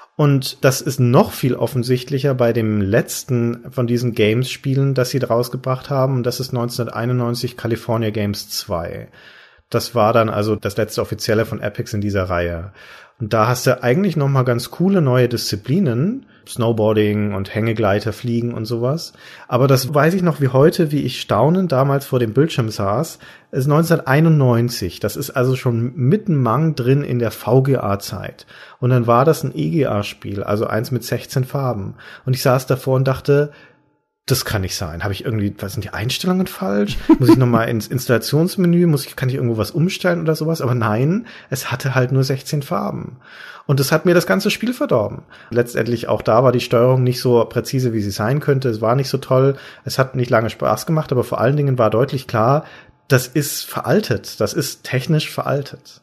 Und das ist noch viel offensichtlicher bei dem letzten von diesen Games-Spielen, das sie rausgebracht haben. Und das ist neunzehnhunderteinundneunzig California Games zwei. Das war dann also das letzte offizielle von Epics in dieser Reihe. Und da hast du eigentlich noch mal ganz coole neue Disziplinen, Snowboarding und Hängegleiter, Fliegen und sowas. Aber das weiß ich noch wie heute, wie ich staunend damals vor dem Bildschirm saß. Es ist neunzehnhunderteinundneunzig. Das ist also schon mitten Mang drin in der V G A-Zeit. Und dann war das ein E G A-Spiel, also eins mit sechzehn Farben. Und ich saß davor und dachte, das kann nicht sein. Habe ich irgendwie, was sind die Einstellungen falsch? Muss ich nochmal ins Installationsmenü? Muss ich, kann ich irgendwo was umstellen oder sowas? Aber nein, es hatte halt nur sechzehn Farben. Und das hat mir das ganze Spiel verdorben. Letztendlich auch da war die Steuerung nicht so präzise, wie sie sein könnte. Es war nicht so toll. Es hat nicht lange Spaß gemacht, aber vor allen Dingen war deutlich klar, das ist veraltet. Das ist technisch veraltet.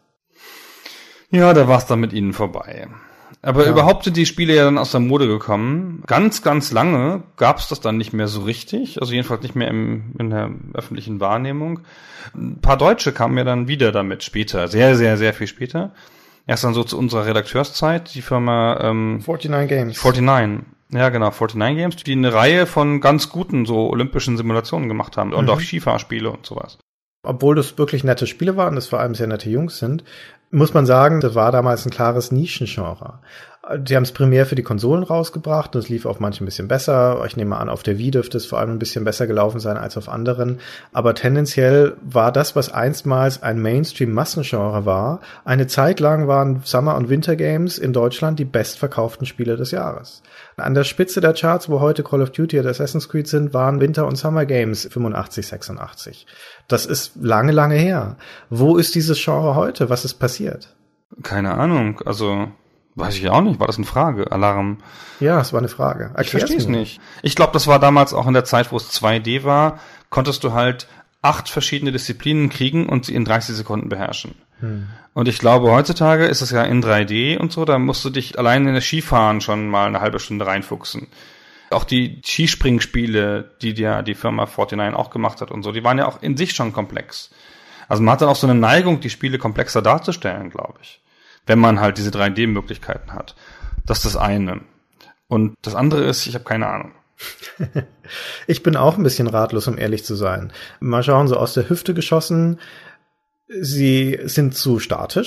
Ja, da war es dann mit ihnen vorbei. Aber Ja. überhaupt sind die Spiele ja dann aus der Mode gekommen. Ganz, ganz lange gab es das dann nicht mehr so richtig. Also jedenfalls nicht mehr im, in der öffentlichen Wahrnehmung. Ein paar Deutsche kamen ja dann wieder damit später. Sehr, sehr, sehr viel später. Erst dann so zu unserer Redakteurszeit, die Firma ähm, neunundvierzig Games. neunundvierzig. Ja, genau, neunundvierzig Games, die eine Reihe von ganz guten so olympischen Simulationen gemacht haben. Und Mhm. auch Skifahrspiele und sowas. Obwohl das wirklich nette Spiele waren, das vor allem sehr nette Jungs sind, muss man sagen, das war damals ein klares Nischengenre. Die haben es primär für die Konsolen rausgebracht und es lief auf manchen ein bisschen besser. Ich nehme an, auf der Wii dürfte es vor allem ein bisschen besser gelaufen sein als auf anderen. Aber tendenziell war das, was einstmals ein Mainstream-Massengenre war, eine Zeit lang waren Summer- und Winter-Games in Deutschland die bestverkauften Spiele des Jahres. An der Spitze der Charts, wo heute Call of Duty oder Assassin's Creed sind, waren Winter- und Summer-Games fünfundachtzig, sechsundachtzig. Das ist lange, lange her. Wo ist dieses Genre heute? Was ist passiert? Keine Ahnung, also weiß ich auch nicht. War das eine Frage? Alarm? Ja, es war eine Frage. Ich Erklär's verstehe es mir. nicht. Ich glaube, das war damals auch in der Zeit, wo es zwei D war, konntest du halt acht verschiedene Disziplinen kriegen und sie in dreißig Sekunden beherrschen. Hm. Und ich glaube, heutzutage ist es ja in drei D und so, da musst du dich allein in das Skifahren schon mal eine halbe Stunde reinfuchsen. Auch die Skispringspiele, die ja die Firma neunundvierzig auch gemacht hat und so, die waren ja auch in sich schon komplex. Also man hat dann auch so eine Neigung, die Spiele komplexer darzustellen, glaube ich. Wenn man halt diese drei D-Möglichkeiten hat. Das ist das eine. Und das andere ist, ich habe keine Ahnung. Ich bin auch ein bisschen ratlos, um ehrlich zu sein. Mal schauen, so aus der Hüfte geschossen. Sie sind zu statisch,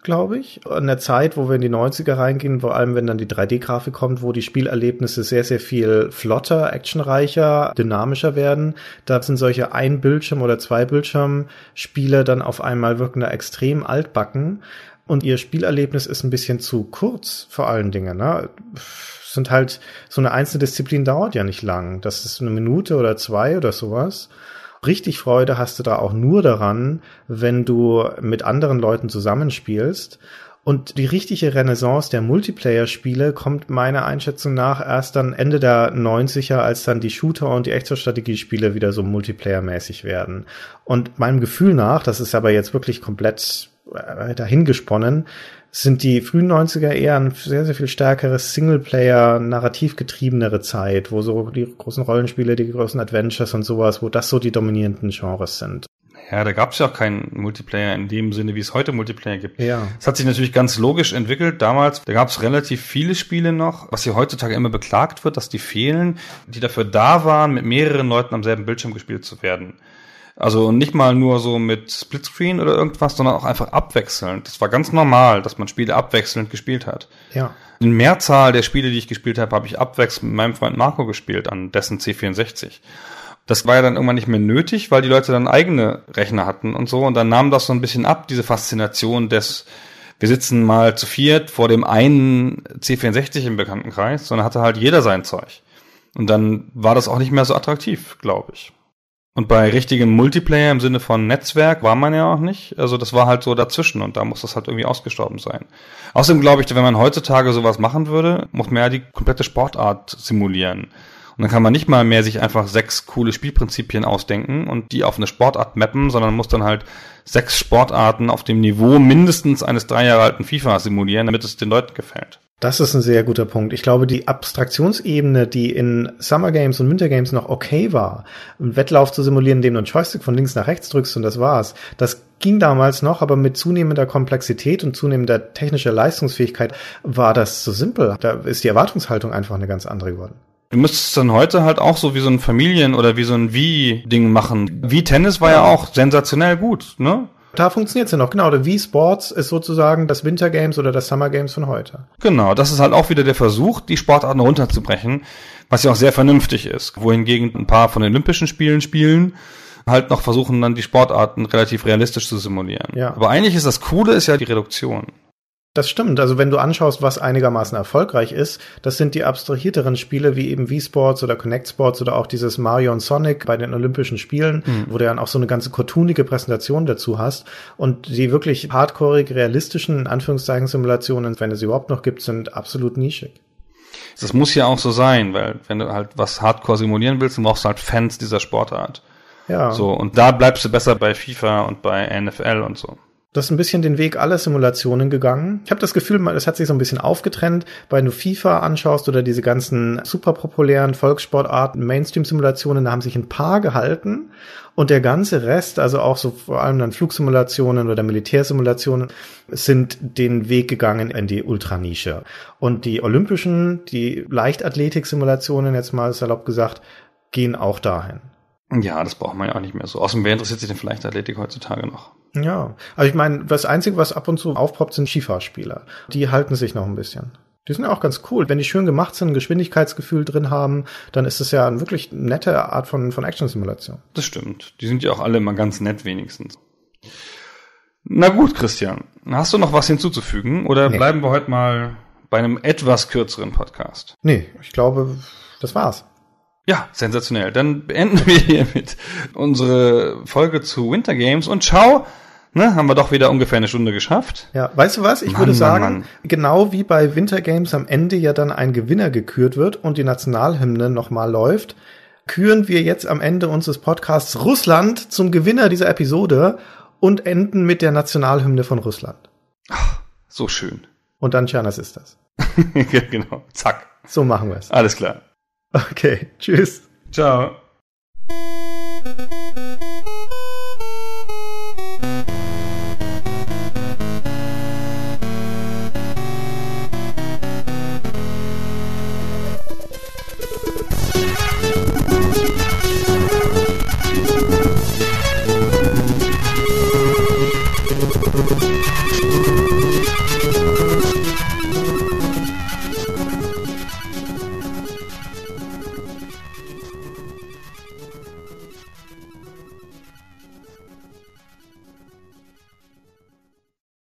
glaube ich. In der Zeit, wo wir in die neunziger reingehen, vor allem wenn dann die drei D-Grafik kommt, wo die Spielerlebnisse sehr, sehr viel flotter, actionreicher, dynamischer werden. Da sind solche Ein-Bildschirm- oder Zwei-Bildschirm-Spiele dann auf einmal wirken da extrem altbacken. Und ihr Spielerlebnis ist ein bisschen zu kurz, vor allen Dingen, ne? Sind halt, so eine einzelne Disziplin dauert ja nicht lang. Das ist eine Minute oder zwei oder sowas. Richtig Freude hast du da auch nur daran, wenn du mit anderen Leuten zusammenspielst. Und die richtige Renaissance der Multiplayer-Spiele kommt meiner Einschätzung nach erst dann Ende der neunziger, als dann die Shooter- und die Echtzeitstrategiespiele wieder so Multiplayer-mäßig werden. Und meinem Gefühl nach, das ist aber jetzt wirklich komplett dahingesponnen, sind die frühen neunziger eher ein sehr, sehr viel stärkeres Singleplayer, narrativ getriebenere Zeit, wo so die großen Rollenspiele, die großen Adventures und sowas, wo das so die dominierenden Genres sind. Ja, da gab es ja auch keinen Multiplayer in dem Sinne, wie es heute Multiplayer gibt. Ja. Es hat sich natürlich ganz logisch entwickelt. Damals, da gab es relativ viele Spiele noch, was hier heutzutage immer beklagt wird, dass die fehlen, die dafür da waren, mit mehreren Leuten am selben Bildschirm gespielt zu werden. Also nicht mal nur so mit Splitscreen oder irgendwas, sondern auch einfach abwechselnd. Das war ganz normal, dass man Spiele abwechselnd gespielt hat. Ja. Die Mehrzahl der Spiele, die ich gespielt habe, habe ich abwechselnd mit meinem Freund Marco gespielt, an dessen C vierundsechzig. Das war ja dann irgendwann nicht mehr nötig, weil die Leute dann eigene Rechner hatten und so. Und dann nahm das so ein bisschen ab, diese Faszination des, wir sitzen mal zu viert vor dem einen C vierundsechzig im Bekanntenkreis, sondern hatte halt jeder sein Zeug. Und dann war das auch nicht mehr so attraktiv, glaube ich. Und bei richtigem Multiplayer im Sinne von Netzwerk war man ja auch nicht. Also das war halt so dazwischen und da muss das halt irgendwie ausgestorben sein. Außerdem glaube ich, wenn man heutzutage sowas machen würde, muss man ja die komplette Sportart simulieren. Und dann kann man nicht mal mehr sich einfach sechs coole Spielprinzipien ausdenken und die auf eine Sportart mappen, sondern muss dann halt sechs Sportarten auf dem Niveau mindestens eines drei Jahre alten FIFA simulieren, damit es den Leuten gefällt. Das ist ein sehr guter Punkt. Ich glaube, die Abstraktionsebene, die in Summer Games und Winter Games noch okay war, einen Wettlauf zu simulieren, indem du einen Joystick von links nach rechts drückst und das war's, das ging damals noch, aber mit zunehmender Komplexität und zunehmender technischer Leistungsfähigkeit war das so simpel. Da ist die Erwartungshaltung einfach eine ganz andere geworden. Du müsstest dann heute halt auch so wie so ein Familien- oder wie so ein Wii-Ding machen. Wii-Tennis war ja auch sensationell gut, ne? Da funktioniert's ja noch, genau. Der Wii Sports ist sozusagen das Winter Games oder das Summer Games von heute. Genau, das ist halt auch wieder der Versuch, die Sportarten runterzubrechen, was ja auch sehr vernünftig ist. Wohingegen ein paar von den Olympischen Spielen spielen, halt noch versuchen dann die Sportarten relativ realistisch zu simulieren. Ja. Aber eigentlich ist das Coole, ist ja die Reduktion. Das stimmt. Also wenn du anschaust, was einigermaßen erfolgreich ist, das sind die abstrahierteren Spiele wie eben Wii Sports oder Kinect Sports oder auch dieses Mario und Sonic bei den Olympischen Spielen, mhm. wo du dann auch so eine ganze cartoonige Präsentation dazu hast. Und die wirklich hardcoreig realistischen, in Anführungszeichen, Simulationen, wenn es überhaupt noch gibt, sind absolut nischig. Das muss ja auch so sein, weil wenn du halt was hardcore simulieren willst, dann brauchst du halt Fans dieser Sportart. Ja. So, und da bleibst du besser bei FIFA und bei N F L und so. Das ist ein bisschen den Weg aller Simulationen gegangen. Ich habe das Gefühl, es hat sich so ein bisschen aufgetrennt, weil du FIFA anschaust oder diese ganzen super populären Volkssportarten, Mainstream-Simulationen, da haben sich ein paar gehalten und der ganze Rest, also auch so vor allem dann Flugsimulationen oder Militärsimulationen, sind den Weg gegangen in die Ultranische. Und die olympischen, die Leichtathletik-Simulationen, jetzt mal salopp gesagt, gehen auch dahin. Ja, das braucht man ja auch nicht mehr so. Außerdem, wer interessiert sich denn für Leichtathletik heutzutage noch? Ja, also ich meine, das Einzige, was ab und zu aufpoppt, sind Skifahrspieler. Die halten sich noch ein bisschen. Die sind ja auch ganz cool. Wenn die schön gemacht sind, ein Geschwindigkeitsgefühl drin haben, dann ist es ja eine wirklich nette Art von, von Action-Simulation. Das stimmt. Die sind ja auch alle immer ganz nett wenigstens. Na gut, Christian. Hast du noch was hinzuzufügen? Oder nee. Bleiben wir heute mal bei einem etwas kürzeren Podcast? Nee, ich glaube, das war's. Ja, sensationell. Dann beenden wir hiermit unsere Folge zu Winter Games und schau, ne, haben wir doch wieder ungefähr eine Stunde geschafft. Ja, weißt du was? Ich Mann, würde sagen, Mann, Mann. genau wie bei Winter Games am Ende ja dann ein Gewinner gekürt wird und die Nationalhymne nochmal läuft, küren wir jetzt am Ende unseres Podcasts Russland zum Gewinner dieser Episode und enden mit der Nationalhymne von Russland. Ach, so schön. Und dann Tschernas ist das. Genau, zack. So machen wir es. Alles klar. Okay, tschüss. Ciao. Thank you.